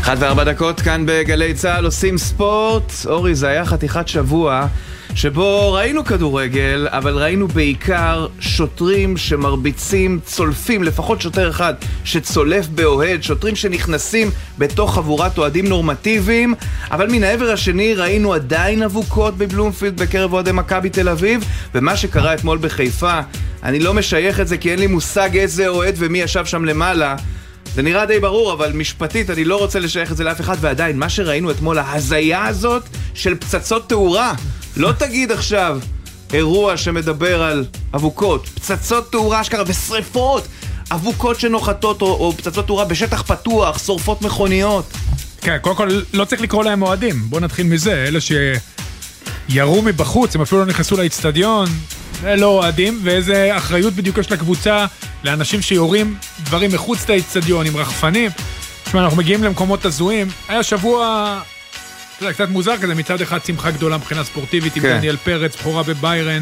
1:04 כאן בגלי צהל עושים ספורט. אורי, זה היה חתיכת שבוע שבו ראינו כדורגל, אבל ראינו בעיקר שוטרים שמרביצים, צולפים, לפחות שוטר אחד שצולף באוהד, שוטרים שנכנסים בתוך חבורת אוהדים נורמטיביים, אבל מן העבר השני ראינו עדיין אבוקות בבלומפילד בקרב אוהדי מכבי תל אביב, ומה שקרה אתמול בחיפה, אני לא משייך את זה כי אין לי מושג איזה אוהד ומי ישב שם למעלה, זה נראה די ברור, אבל משפטית אני לא רוצה לשייך את זה לאף אחד, ועדיין מה שראינו אתמול, ההזיה הזאת של פצצות תאורה, לא תגיד עכשיו אירוע שמדבר על אבוקות, פצצות תאורה אשכרה ושריפות, אבוקות שנוחתות או פצצות תאורה בשטח פתוח, שורפות מכוניות. כן, קודם כל לא צריך לקרוא להם אוהדים, בוא נתחיל מזה, אלה שירו מבחוץ, הם אפילו לא נכנסו לאצטדיון, זה לא אוהדים, ואיזה אחריות בדיוק יש לקבוצה לאנשים שיורים דברים מחוץ לאצטדיון עם רחפנים. תשמע, אנחנו מגיעים למקומות הזויים, היה שבוע קצת מוזר כזה, מצד אחד שמחה גדולה מבחינה ספורטיבית, עם דניאל פרץ, בחורה בביירן,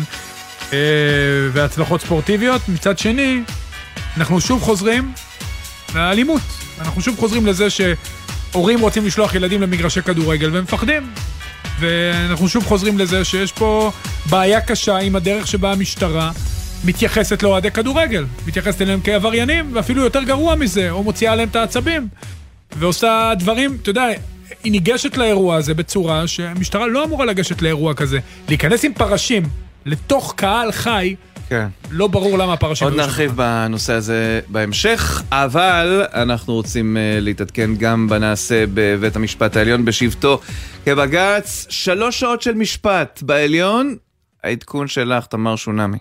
והצלחות ספורטיביות. מצד שני, אנחנו שוב חוזרים לאלימות. אנחנו שוב חוזרים לזה שהורים רוצים לשלוח ילדים למגרשי כדורגל, והם מפחדים. ואנחנו שוב חוזרים לזה שיש פה בעיה קשה עם הדרך שבה המשטרה מתייחסת לאוהדי כדורגל, מתייחסת אליהם כעבריינים, ואפילו יותר גרוע מזה, או מוציאה עליהם את העצבים, ועושה דברים, אתה יודע, היא ניגשת לאירוע הזה בצורה שהמשטרה לא אמורה לגשת לאירוע כזה. להיכנס עם פרשים לתוך קהל חי, כן. לא ברור למה הפרשים... עוד נרחיב בנושא הזה בהמשך, אבל אנחנו רוצים להתעדכן גם בנעשה בבית המשפט העליון בשבתו כבג"ץ. 3 שעות של משפט בעליון, העדכון שלך תמר שונמי.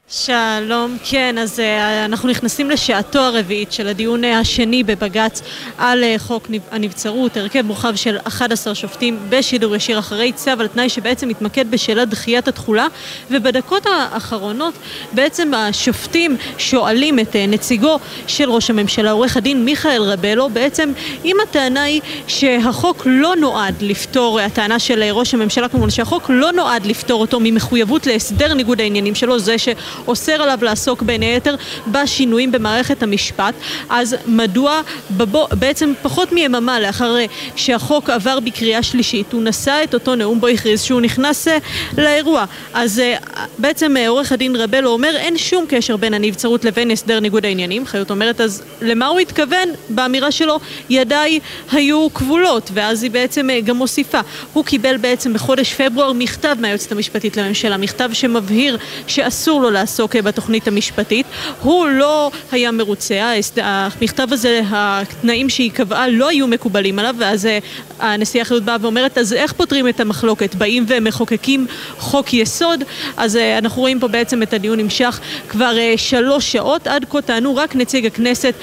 שלום, כן, אז אנחנו נכנסים לשעתו הרביעית של הדיון השני בבג"ץ על חוק הנבצרות, הרכב מורחב של 11 שופטים בשידור ישיר אחרי צו על תנאי שבעצם מתמקד בשאלת דחיית התחולה, ובדקות האחרונות בעצם השופטים שואלים את נציגו של ראש הממשלה, עורך הדין מיכאל רבלו, בעצם אם הטענה היא שהחוק לא נועד לפתור, הטענה של ראש הממשלה כמובן שהחוק לא נועד לפתור אותו ממחויבות להסדר ניגוד העניינים שלו, זה אוסר עליו לעסוק בין היתר בשינויים במערכת המשפט, אז מדוע בעצם פחות מיממה לאחר שהחוק עבר בקריאה שלישית, הוא נשא את אותו נאום בו הכריז שהוא נכנס לאירוע. אז בעצם עורך הדין רבלו אומר אין שום קשר בין הנבצרות לבין הסדר ניגוד העניינים. חיות אומרת אז למה הוא התכוון? באמירה שלו ידיי היו כבולות, ואז היא בעצם גם מוסיפה, הוא קיבל בעצם בחודש פברואר מכתב מהיועצת המשפטית לממשלה, מכתב שמבהיר שאסור לו לעסוק בתוכנית המשפטית. הוא לא היה מרוצה, המכתב הזה, התנאים שהיא קבעה לא היו מקובלים עליו, ואז הנשיאה חיות באה ואומרת, אז איך פותרים את המחלוקת? באים ומחוקקים חוק יסוד? אז אנחנו רואים פה בעצם את הדיון נמשך כבר 3 שעות, עד כה טענו רק נציג הכנסת,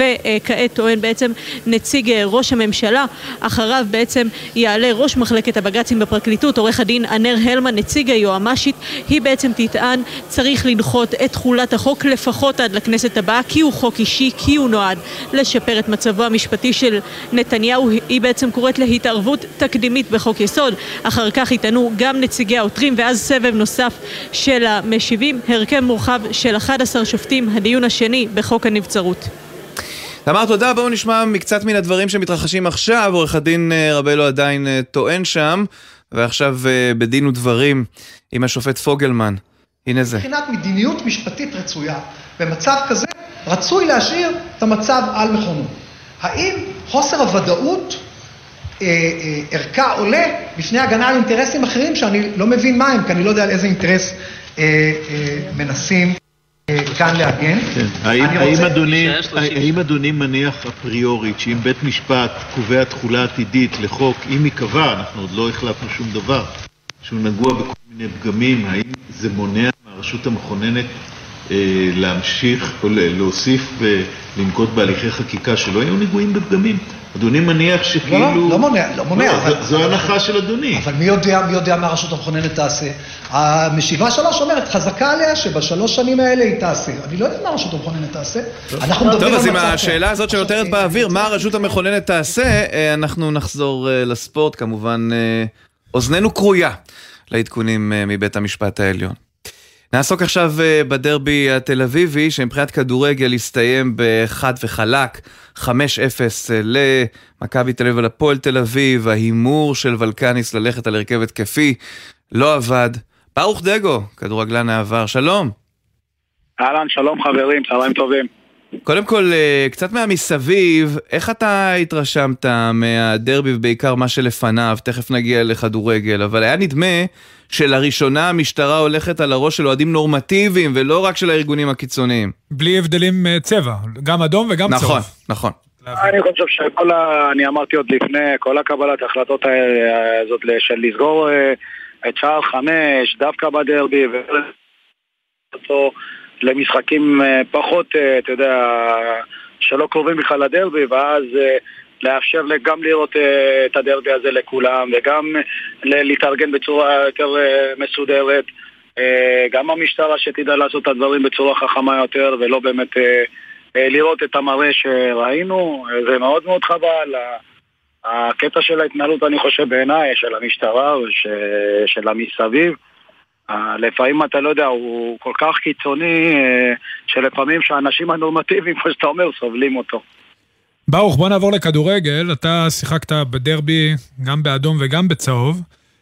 וכעת טוען בעצם נציג ראש הממשלה, אחריו בעצם יעלה ראש מחלקת הבג"צים בפרקליטות, עורך הדין ענר הלמן, נציג היועמ"שית, היא בעצם תטען צריך לדחות את תחולת החוק לפחות עד לכנסת הבאה, כי הוא חוק אישי, כי הוא נועד לשפר את מצבו המשפטי של נתניהו. היא בעצם קוראת להתערבות תקדימית בחוק יסוד. אחר כך יטענו גם נציגי העותרים, ואז סבב נוסף של המשיבים, הרכב מורחב של 11 שופטים, הדיון השני בחוק הנבצרות. תמר, תודה. בואו נשמע מקצת מן הדברים שמתרחשים עכשיו. עורך הדין רבלו עדיין טוען שם, ועכשיו בדין ודברים עם השופט פוגלמן. הנה זה. מבחינת מדיניות משפטית רצויה, במצב כזה רצוי להשאיר את המצב על מכונו. האם חוסר הוודאות ערכה עולה בפני הגנה על אינטרסים אחרים שאני לא מבין מה הם, כי אני לא יודע על איזה אינטרס מנסים כאן להגן? האם אדוני מניח אפריורית שאם בית משפט קובע תחולה עתידית לחוק, אם יקבע, אנחנו עוד לא החלטנו שום דבר, שהוא נגוע בכל מיני פגמים, האם זה מונע מהרשות המכוננת להמשיך או להוסיף ולנקוט בהליכי חקיקה שלא היו נגועים בפגמים? אדוני מניח שכאילו... לא מונע. זו הנחה של אדוני. אבל מי יודע מה הרשות המכוננת תעשה? המשיבה 3 אומרת, חזקה עליה שב3 שנים האלה היא תעשה. אני לא יודע מה הרשות המכוננת תעשה. טוב, אז עם השאלה הזאת שנותרת באוויר, מה הרשות המכוננת תעשה, אנחנו נחזור לספורט, כמובן אוזננו קרויה לעדכונים מבית המשפט העליון. נעסוק עכשיו בדרבי התל אביבי, שמבחינת כדורגל הסתיים בחד וחלק, 5-0 למכבי תל אביב על הפועל תל אביב, ההימור של ולקניס ללכת על הרכב התקפי לא עבד. ברוך דגו, כדורגלן העבר, שלום. אהלן, שלום חברים, צהריים טובים. קודם כל, קצת מהמסביב, איך אתה התרשמת מהדרבי ובעיקר מה שלפניו, תכף נגיע לכדורגל, אבל היה נדמה שלראשונה המשטרה הולכת על הראש של אוהדים נורמטיביים, ולא רק של הארגונים הקיצוניים. בלי הבדלים צבע, גם אדום וגם צהוב. נכון, נכון. אני חושב אני אמרתי עוד לפני, כל הקבלת ההחלטות הזאת של לסגור את שער 5, דווקא בדרבי, ואותו למשחקים פחות, אתה יודע, שלא קרובים בכלל לדרבי, ואז לאפשר גם לראות את הדרבי הזה לכולם, וגם להתארגן בצורה יותר מסודרת, גם המשטרה שתדע לעשות את הדברים בצורה חכמה יותר, ולא באמת לראות את המראה שראינו. זה מאוד מאוד חבל. הקטע של ההתנהלות, אני חושב בעיניי, של המשטרה ושל המסביב, לפעמים אתה לא יודע, הוא כל כך קיצוני, שלפעמים שהאנשים הנורמטיביים, כמו שאתה אומר, סובלים אותו. ברוך, בוא נעבור לכדורגל. אתה שיחקת בדרבי גם באדום וגם בצהוב,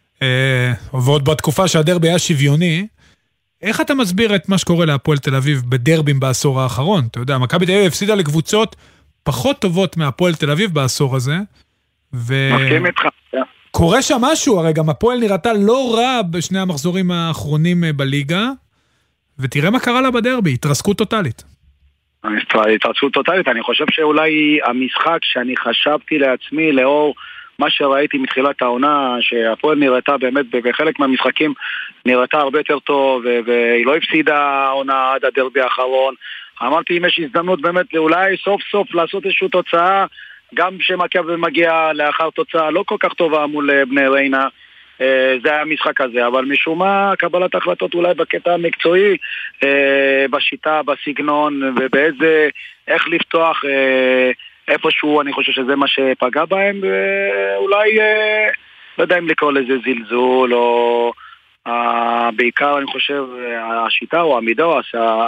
ועוד בתקופה שהדרבי היה שוויוני. איך אתה מסביר את מה שקורה להפועל תל אביב בדרבים בעשור האחרון? אתה יודע, מכבי תל אביב הפסידה לקבוצות פחות טובות מהפועל תל אביב בעשור הזה, מסכים איתך. קורה שם משהו, הרי גם הפועל נראתה לא רע בשני המחזורים האחרונים בליגה, ותראה מה קרה לה בדרבי, התרסקות טוטלית. התרסקות טוטלית, אני חושב שאולי המשחק שאני חשבתי לעצמי לאור מה שראיתי מתחילת העונה, שהפועל נראתה באמת בחלק מהמשחקים נראתה הרבה יותר טוב, והיא לא הפסידה העונה עד הדרבי האחרון. אמרתי, אם יש הזדמנות באמת אולי סוף סוף לעשות איזושהי תוצאה, גם שמכבי מגיע לאחר תוצאה לא כל כך טובה מול בני ריינה, זה היה המשחק הזה, אבל משום מה קבלת החלטות אולי בקטע המקצועי, בשיטה, בסגנון, ובאיזה, איך לפתוח איפשהו, אני חושב שזה מה שפגע בהם, ואולי, לא יודע אם לקרוא לזה זלזול, או בעיקר אני חושב השיטה או העמידה, או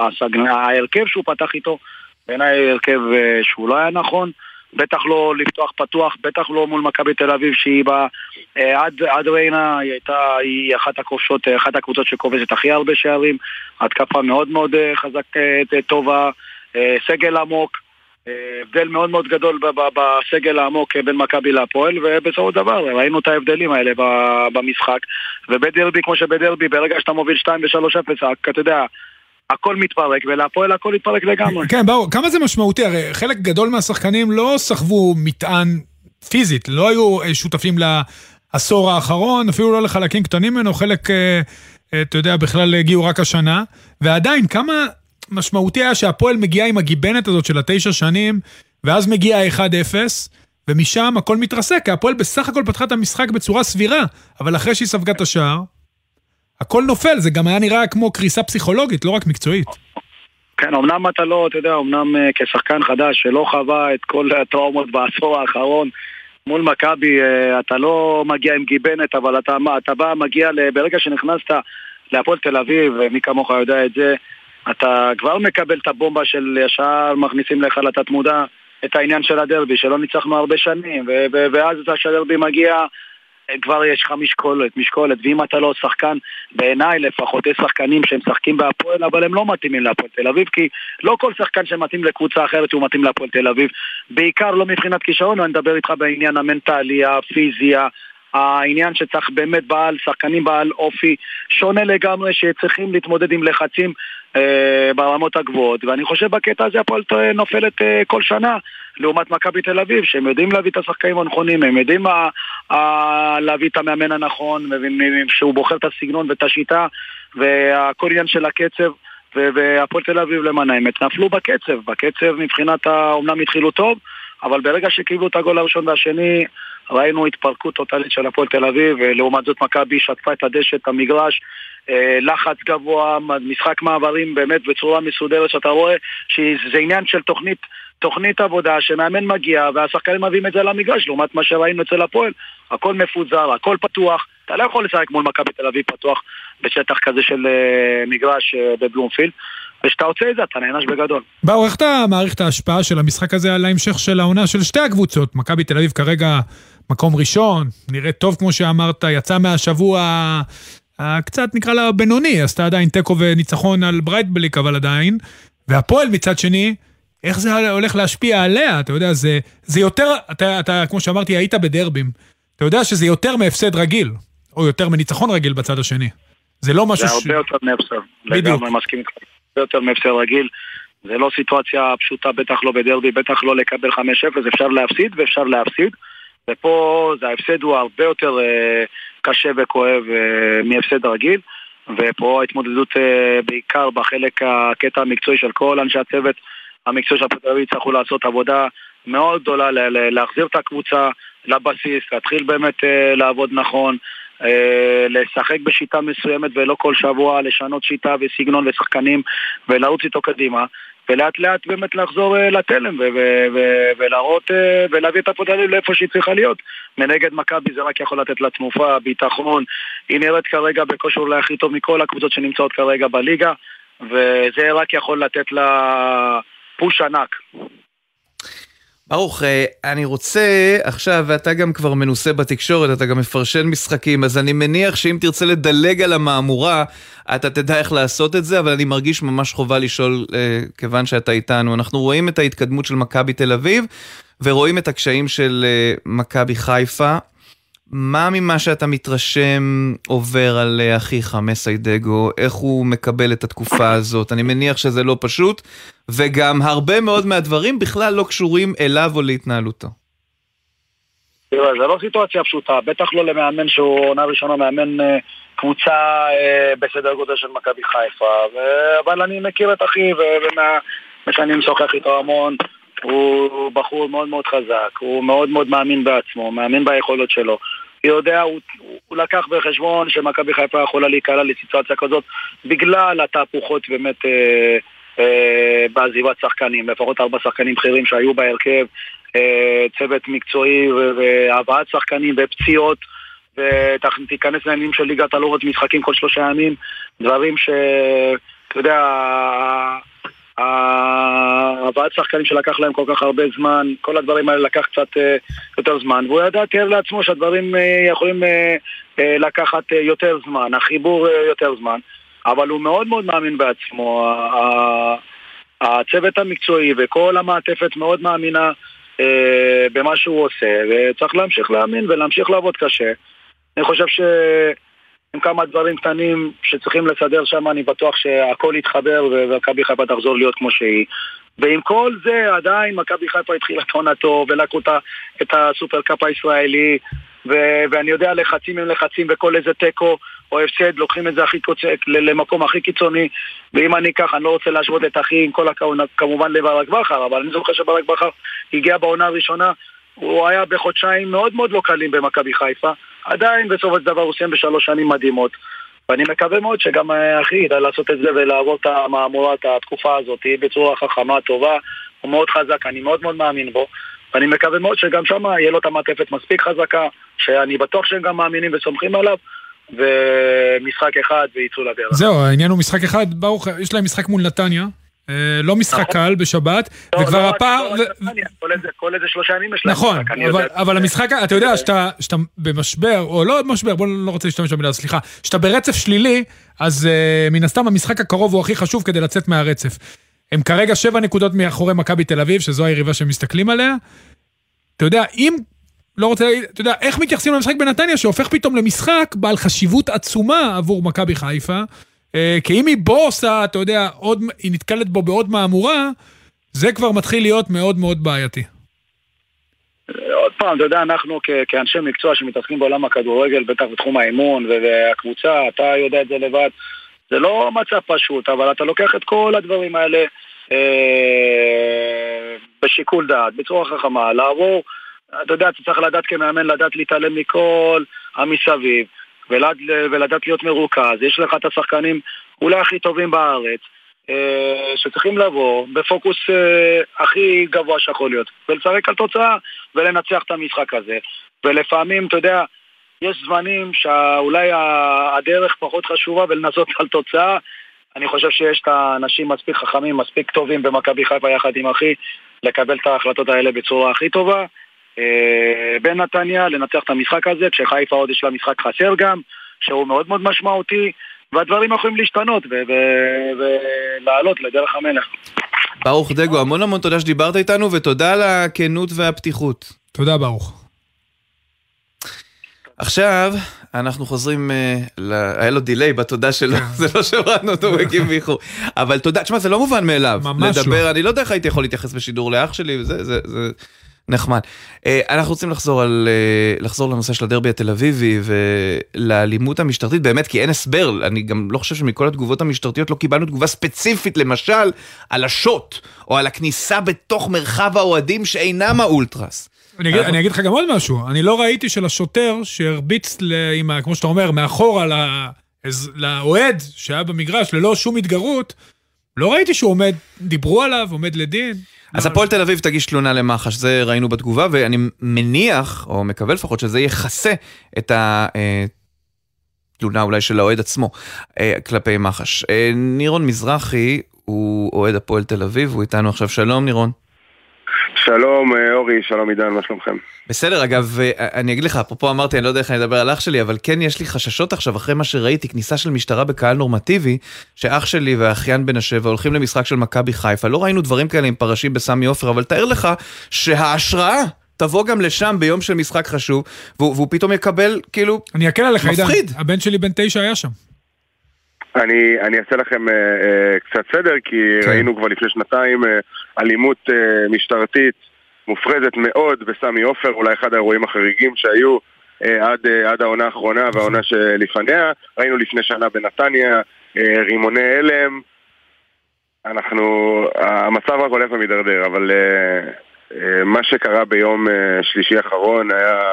ההרכב שהוא פתח איתו, בעיניי הרכב שהוא לא היה נכון, בטח לא לפתוח פתוח, בטח לא מול מכבי תל אביב שהיא באה עד ריינה, היא אחת הקבוצות שכובשת הכי הרבה שערים, התקפה מאוד מאוד חזק טובה, סגל עמוק, הבדל מאוד מאוד גדול בסגל העמוק בין מכבי להפועל, ובסופו של דבר ראינו את ההבדלים האלה במשחק, ובדרבי כמו שבדרבי ברגע שאתה מוביל 2 ו-3-0, אתה יודע, הכל מתפרק, ולהפועל הכל מתפרק לגמרי. כן, ברור, כמה זה משמעותי? הרי חלק גדול מהשחקנים לא סחבו מטען פיזית, לא היו שותפים לעשור האחרון, אפילו לא לחלקים קטנים ממנו, חלק, אתה יודע, בכלל הגיעו רק השנה, ועדיין, כמה משמעותי היה שהפועל מגיעה עם הגיבנת הזאת של 9 שנים, ואז מגיע 1-0, ומשם הכל מתרסק, כי הפועל בסך הכל פתחה את המשחק בצורה סבירה, אבל אחרי שהיא ספגה את השער, הכל נופל, זה גם היה נראה כמו קריסה פסיכולוגית, לא רק מקצועית. כן, אמנם אתה לא, אתה יודע, אמנם כשחקן חדש שלא חווה את כל הטראומות בעשור האחרון, מול מכבי, אתה לא מגיע עם גיבנת, אבל אתה בא, מגיע, ברגע שנכנסת להפועל תל אביב, מי כמוך יודע את זה, אתה כבר מקבל את הבומבה של ישר, מכניסים לך לתת מודע את העניין של הדרבי, שלא ניצחנו הרבה שנים, ואז כשהדרבי מגיע, כבר יש לך משקולת, ואם אתה לא שחקן, בעיניי לפחות יש שחקנים שהם שחקים בהפועל, אבל הם לא מתאימים להפועל תל אביב, כי לא כל שחקן שמתאים לקבוצה אחרת הוא מתאים להפועל תל אביב, בעיקר לא מבחינת כישרון, אני מדבר איתך בעניין המנטלי, הפיזי, העניין שצריך באמת שחקנים בעל אופי שונה לגמרי, שצריכים להתמודד עם לחצים ברמות הגבוהות, ואני חושב בקטע הזה הפועל נופלת כל שנה לעומת מכבי תל אביב, שהם יודעים להביא את השחקנים הנכונים, הם יודעים להביא את המאמן הנכון, שהוא בוחר את הסגנון ואת השיטה, והכל עניין של הקצב, והפועל תל אביב למען האמת נפלו בקצב מבחינת אומנם התחילו טוב, אבל ברגע שקיבלו את הגול הראשון והשני, ראינו התפרקות טוטלית של הפועל תל אביב, ולעומת זאת מכבי שטפה את הדשא, את המגרש, לחץ גבוה, משחק מעברים באמת בצורה מסודרת, שאתה רואה שזה עניין של תוכנית עבודה, שמאמן מגיע והשחקנים מביאים את זה למגרש, לעומת מה שראינו אצל הפועל, הכל מפוזר, הכל פתוח, אתה לא יכול לשחק מול מכבי תל אביב פתוח בשטח כזה של מגרש בבלומפילד, ושאתה עושה את זה, אתה נענש בגדול. באו, איך אתה מעריך את ההשפעה של המשחק הזה על ההמשך של העונה של שתי הקבוצות? מכבי תל אביב כרגע מקום ראשון, נראה טוב כמו שאמרת, יצא מהשבוע קצת נקרא לה בינוני, עשתה עדיין טקו וניצחון על ברייטבליק, אבל עדיין, והפועל מצד שני, איך זה הולך להשפיע עליה? אתה יודע, זה יותר, אתה כמו שאמרתי, היית בדרבים, אתה יודע שזה יותר מהפסד רגיל, או יותר מניצחון רגיל בצד השני. זה לא משהו זה הרבה יותר מהפסד. לגמרי מסכים איתך. הרבה יותר מהפסד רגיל. זה לא סיטואציה פשוטה, בטח לא בדרבי, בטח לא לקבל 5-0, אפשר להפסיד ואפשר להפסיד. ופה ההפסד הוא הרבה יותר קשה וכואב מהפסד רגיל. ופה ההתמודדות בעיקר בחלק הקטע המקצועי של כל אנשי הצוות המקצועי של הפועל תל אביב יצטרכו לעשות עבודה מאוד גדולה להחזיר את הקבוצה לבסיס, להתחיל באמת לעבוד נכון, לשחק בשיטה מסוימת ולא כל שבוע לשנות שיטה וסגנון ושחקנים ולרוץ איתו קדימה, ולאט לאט באמת לחזור לתלם ולהראות ולהביא את הפועל תל אביב לאיפה שהיא צריכה להיות. מנגד מכבי זה רק יכול לתת לה תנופה, ביטחון, היא נראית כרגע בכושר אולי הכי טוב מכל הקבוצות שנמצאות כרגע בליגה, וזה רק יכול לתת לה פוש ענק. ברוך, אני רוצה עכשיו, ואתה גם כבר מנוסה בתקשורת, אתה גם מפרשן משחקים, אז אני מניח שאם תרצה לדלג על המאמורה, אתה תדע איך לעשות את זה, אבל אני מרגיש ממש חובה לשאול, כיוון שאתה איתנו. אנחנו רואים את ההתקדמות של מכבי תל אביב, ורואים את הקשיים של מכבי חיפה. מה ממה שאתה מתרשם עובר על אחיך, מסיידגו? איך הוא מקבל את התקופה הזאת? אני מניח שזה לא פשוט, וגם הרבה מאוד מהדברים בכלל לא קשורים אליו או להתנהלותו. תראה, זה לא סיטואציה פשוטה, בטח לא למאמן שהוא עונה ראשונה מאמן קבוצה בסדר גודל של מכבי חיפה, אבל אני מכיר את אחי, ושאני משוחח איתו המון, הוא בחור מאוד מאוד חזק, הוא מאוד מאוד מאמין בעצמו, מאמין ביכולות שלו. הוא יודע, הוא לקח בחשבון שמכבי חיפה יכולה להיקלע לסיטואציה כזאת, בגלל התהפוכות באמת בעזיבת שחקנים, לפחות 4 שחקנים בכירים שהיו בהרכב, צוות מקצועי והבאת שחקנים ופציעות, ותיכנס לעניינים של ליגת אלופות משחקים כל 3 ימים, דברים אתה יודע, הבאת שחקנים שלקח להם כל כך הרבה זמן, כל הדברים האלה לקח קצת יותר זמן, והוא ידע תיאר לעצמו שהדברים יכולים לקחת יותר זמן, החיבור יותר זמן, אבל הוא מאוד מאוד מאמין בעצמו, הצוות המקצועי וכל המעטפת מאוד מאמינה במה שהוא עושה, וצריך להמשיך להאמין ולהמשיך לעבוד קשה. אני חושב עם כמה דברים קטנים שצריכים לסדר שם, אני בטוח שהכל יתחבר ומכבי חיפה תחזור להיות כמו שהיא. ועם כל זה עדיין מכבי חיפה התחילה את עונתו ולקחו את הסופר קאפ הישראלי, ואני יודע לחצים הם לחצים, וכל איזה טקו או הפסד לוקחים את זה למקום הכי קיצוני. ואם אני כך, אני לא רוצה להשוות את אחי עם כל כמובן לברק בכר, אבל אני זוכר שברק בכר הגיע בעונה הראשונה, הוא היה בחודשיים מאוד מאוד לא קלים במכבי חיפה, עדיין בסוף הדבר הוא סיים ב3 שנים מדהימות, ואני מקווה מאוד שגם אחי ידע לעשות את זה ולעבור את המאמורה, את התקופה הזאת בצורה חכמה, טובה. הוא מאוד חזק, אני מאוד מאוד מאמין בו, ואני מקווה מאוד שגם שם יהיה לו את המעטפת מספיק חזקה, שאני בטוח שהם גם מאמינים וסומכים עליו, ומשחק אחד ויצאו לדרך. זהו, העניין הוא משחק אחד, ברוך, יש להם משחק מול נתניה, לא משחק קל בשבת, וכבר הפער... כל איזה 3 ימים יש להם. נכון, אבל המשחק, אתה יודע, שאתה במשבר, או לא משבר, בוא לא רוצה להשתמש במילה, סליחה, שאתה ברצף שלילי, אז מן הסתם המשחק הקרוב הוא הכי חשוב כדי לצאת מהרצף. הם כרגע 7 נקודות מאחורי מכבי תל אביב, שזו היריבה שמסתכלים עליה. אתה יודע, אם לא רוצה, אתה יודע, איך מתייחסים למשחק בנתניה, שהופך פתאום למשחק בעל חשיבות עצומה עבור מכבי חיפה, כי אם היא בוסה, אתה יודע, היא נתקלת בו בעוד מהמורה, זה כבר מתחיל להיות מאוד מאוד בעייתי. עוד פעם, אתה יודע, אנחנו כאנשי מקצוע שמתעסקים בעולם הכדורגל, בטח בתחום האימון והקבוצה, אתה יודע את זה לבד, זה לא מצב פשוט, אבל אתה לוקח את כל הדברים האלה בשיקול דעת, בצורה חכמה, לעבור, אתה יודע, אתה צריך לדעת כמאמן, לדעת להתעלם מכל המסביב, ולדעת להיות מרוכז. יש לך את השחקנים אולי הכי טובים בארץ, שצריכים לבוא בפוקוס הכי גבוה שיכול להיות, ולצרק על תוצאה ולנצח את המשחק הזה. ולפעמים, אתה יודע, יש זמנים שאולי הדרך פחות חשובה ולנסות על תוצאה. אני חושב שיש את האנשים מספיק חכמים, מספיק טובים במכבי חיפה יחד עם אחי, לקבל את ההחלטות האלה בצורה הכי טובה. בנתניה, לנצח את המשחק הזה, כשחיפה עוד יש לה משחק חסר גם, שהוא מאוד מאוד משמעותי, והדברים יכולים להשתנות ולעלות לדרך המלך. ברוך דגו, המון תודה שדיברת איתנו, ותודה על הכנות והפתיחות. תודה ברוך. עכשיו אנחנו חוזרים, היה לו דיליי בתודה שלו, זה לא שמענו אותו מגיב באיחור. אבל תודה, תשמע, זה לא מובן מאליו. ממש לדבר, לא. אני לא יודע איך הייתי יכול להתייחס בשידור לאח שלי, וזה נחמד. אנחנו רוצים לחזור לנושא של הדרבי התל אביבי, ולאלימות המשטרתית, באמת, כי אין הסבר, אני גם לא חושב שמכל התגובות המשטרתיות לא קיבלנו תגובה ספציפית, למשל, על השוט, או על הכניסה בתוך מרחב האוהדים שאינם האולטרס. אני אגיד לך גם עוד משהו, אני לא ראיתי של השוטר שהרביץ, כמו שאתה אומר, מאחורה לאוהד שהיה במגרש, ללא שום התגרות, לא ראיתי שהוא עומד, דיברו עליו, עומד לדין. אז הפועל תל אביב תגיש תלונה למח"ש, זה ראינו בתגובה, ואני מניח, או מקווה לפחות, שזה יחסה את התלונה אולי של האוהד עצמו, כלפי מח"ש. נירון מזרחי, הוא אוהד הפועל תל אביב, הוא איתנו עכשיו. שלום נירון. שלום אורי, שלום עידן, מה שלומכם? בסדר, אגב, אני אגיד לך, אפרופו אמרתי, אני לא יודע איך אני אדבר על אח שלי, אבל כן יש לי חששות עכשיו, אחרי מה שראיתי, כניסה של משטרה בקהל נורמטיבי, שאח שלי והאחיין בן השבע הולכים למשחק של מכבי חיפה, לא ראינו דברים כאלה עם פרשים בסמי עופר, אבל תאר לך שההשראה תבוא גם לשם ביום של משחק חשוב, והוא פתאום יקבל, כאילו, אני אקל עליך, עידן, מפחיד. הבן שלי בן 9 היה שם. אני אעשה לכם קצת סדר, כי ראינו כבר לפני שנתיים אלימות משטרתית מופרזת מאוד בסמי עופר, אולי אחד האירועים החריגים שהיו עד העונה האחרונה והעונה שלפניה. ראינו לפני שנה בנתניה רימוני הלם. המצב רק הולך ומדרדר, אבל מה שקרה ביום שלישי האחרון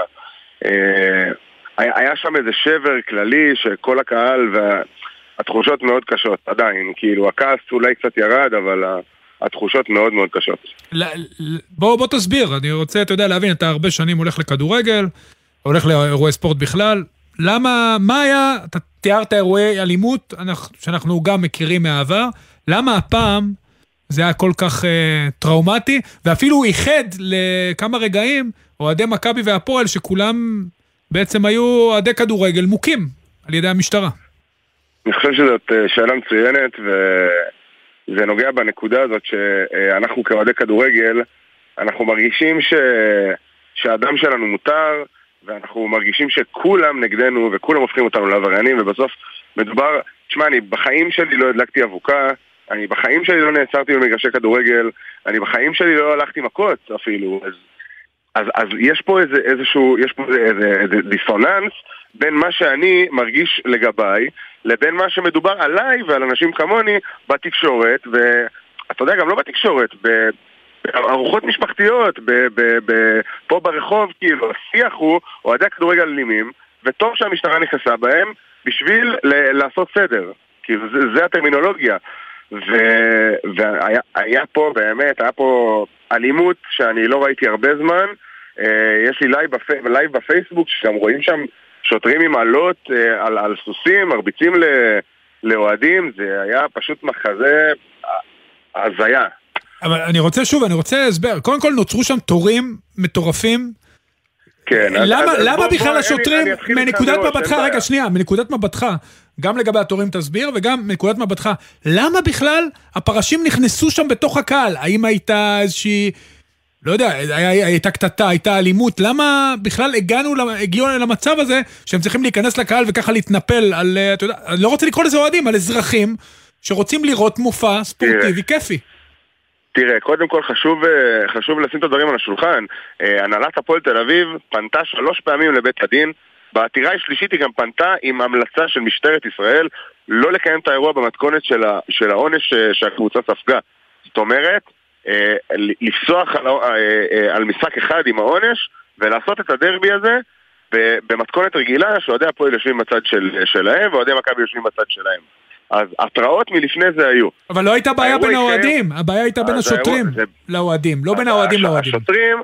היה שם איזה שבר כללי שכל הקהל התחושות מאוד קשות, עדיין, כאילו הכעס אולי קצת ירד, אבל התחושות מאוד מאוד קשות. בוא תסביר, אני רוצה, אתה יודע, להבין, אתה הרבה שנים הולך לכדורגל, הולך לאירועי ספורט בכלל, מה היה, אתה תיארת אירועי אלימות, שאנחנו גם מכירים מהעבר, למה הפעם זה היה כל כך טראומטי, ואפילו איחד לכמה רגעים, אוהדי מכבי והפועל, שכולם בעצם היו אוהדי כדורגל מוכים על ידי המשטרה. אני חושב שזאת שאלה מצוינת, וזה נוגע בנקודה הזאת שאנחנו כאוהדי כדורגל, אנחנו מרגישים שהאדם שלנו מותר, ואנחנו מרגישים שכולם נגדנו, וכולם הופכים אותנו לעבריינים, ובסוף מדובר, תשמע, אני בחיים שלי לא הדלקתי אבוקה, אני בחיים שלי לא נעצרתי במגרשי כדורגל, אני בחיים שלי לא הלכתי מכות אפילו, אז יש פה איזה דיסוננס בין מה שאני מרגיש לגביי לבין מה שמדובר עליי ועל אנשים כמוני בתקשורת, ואתה יודע, גם לא בתקשורת, בארוחות משפחתיות, פה ברחוב, כאילו, השיח הוא אוהדי הכדורגל אלימים, וטוב שהמשטרה נכנסה בהם בשביל לעשות סדר, כאילו, זה הטרמינולוגיה. והיה פה באמת, היה פה אלימות שאני לא ראיתי הרבה זמן. יש לי לייב בפייסבוק שגם רואים שם שוטרים עם עלות על סוסים, מרביצים לאוהדים. זה היה פשוט מחזה הזיה. אבל אני רוצה הסבר. קודם כל נוצרו שם תורים מטורפים. כן. למה בכלל השוטרים, מנקודת מבטך, רגע שנייה, מנקודת מבטך, גם לגבי התורים תסביר, וגם מנקודת מבטך, למה בכלל הפרשים נכנסו שם בתוך הקהל? האם הייתה איזושהי, לא יודע, הייתה קטטה, הייתה אלימות, למה בכלל הגיעו למצב הזה, שהם צריכים להיכנס לקהל וככה להתנפל על, אתה יודע, אני לא רוצה לקרוא לזה אוהדים, על אזרחים שרוצים לראות מופע ספורטיבי כיפי. תראה, קודם כל חשוב לשים את הדברים על השולחן. הנהלת הפועל תל אביב פנתה 3 פעמים לבית הדין, בעתירה השלישית היא גם פנתה עם המלצה של משטרת ישראל לא לקיים את האירוע במתכונת של העונש שהקבוצה ספגה. זאת אומרת, לפסוח על משחק אחד עם העונש ולעשות את הדרבי הזה במתכונת רגילה שאוהדי הפועל יושבים בצד שלהם ואוהדי מכבי יושבים בצד שלהם. אז התראות מלפני זה היו. אבל לא הייתה בעיה בין האוהדים, הבעיה הייתה בין השוטרים לאוהדים, לא בין האוהדים לאוהדים.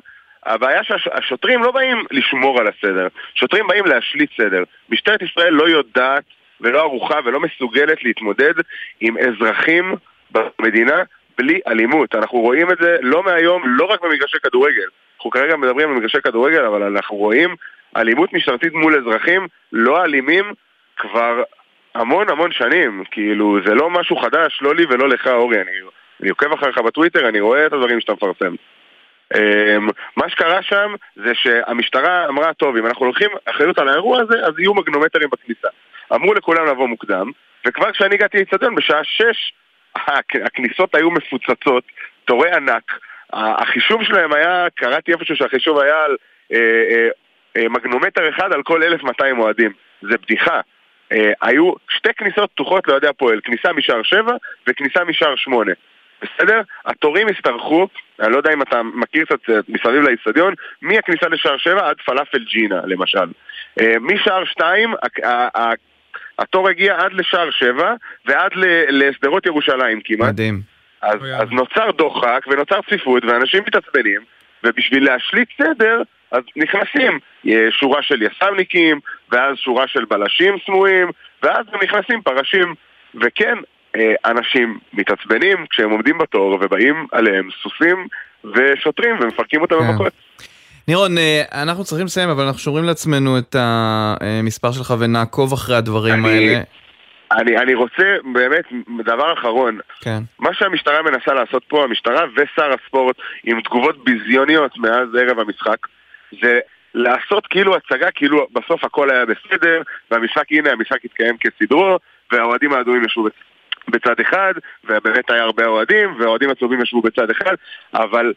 הבעיה שהשוטרים לא באים לשמור על הסדר, שוטרים באים להשליט סדר. משטרת ישראל לא יודעת ולא ערוכה ולא מסוגלת להתמודד עם אזרחים במדינה בלי אלימות. אנחנו רואים את זה לא מהיום, לא רק במגרשי כדורגל. אנחנו כרגע מדברים על מגרשי כדורגל, אבל אנחנו רואים אלימות משטרתית מול אזרחים לא אלימים כבר המון שנים. כאילו, זה לא משהו חדש, לא לי ולא לך, אורי. אני עוקב אחריך בטוויטר, אני רואה את הדברים שאתה מפרסם. מה שקרה שם זה שהמשטרה אמרה, טוב, אם אנחנו לוקחים אחריות על האירוע הזה, אז יהיו מגנומטרים בכניסה. אמרו לכולם לבוא מוקדם, וכבר כשאני הגעתי לאצטדיון בשעה 6, הכניסות היו מפוצצות, תורי ענק. החישוב שלהם היה, קראתי איפשהו שהחישוב היה על מגנומטר אחד על כל 1,200 אוהדים. זה בדיחה. היו שתי כניסות פתוחות לידי הפועל, כניסה משער 7 וכניסה משער 8. בסדר? התורים הסתרחו, אני לא יודע אם אתה מכיר קצת מסביב לאצטדיון, מהכניסה לשער 7 עד פלאפל ג'ינה, למשל. משער 2, התור הגיע עד לשער 7 ועד לסדרות ירושלים כמעט. מדהים. אז נוצר דוחק ונוצר צפיפות ואנשים מתעצבנים, ובשביל להשליט סדר אז נכנסים שורה של יס"מניקים ואז שורה של בלשים סמויים ואז הם נכנסים פרשים, וכן אנשים מתעצבנים כשהם עומדים בתור ובאים עליהם סוסים ושוטרים ומפרקים אותם במכות. נירון, אנחנו צריכים לסיים, אבל אנחנו שומרים לעצמנו את המספר שלך ונעקוב אחרי הדברים האלה. אני רוצה באמת דבר אחרון. כן. מה שהמשטרה מנסה לעשות פה, המשטרה ושר הספורט עם תגובות ביזיוניות מאז ערב המשחק, זה לעשות כאילו הצגה, כאילו בסוף הכל היה בסדר, והמשחק, הנה, המשחק התקיים כסדרו, והאוהדים האדומים ישבו בצד אחד, ובאמת היה הרבה אוהדים, והאוהדים הצהובים ישבו בצד אחד, אבל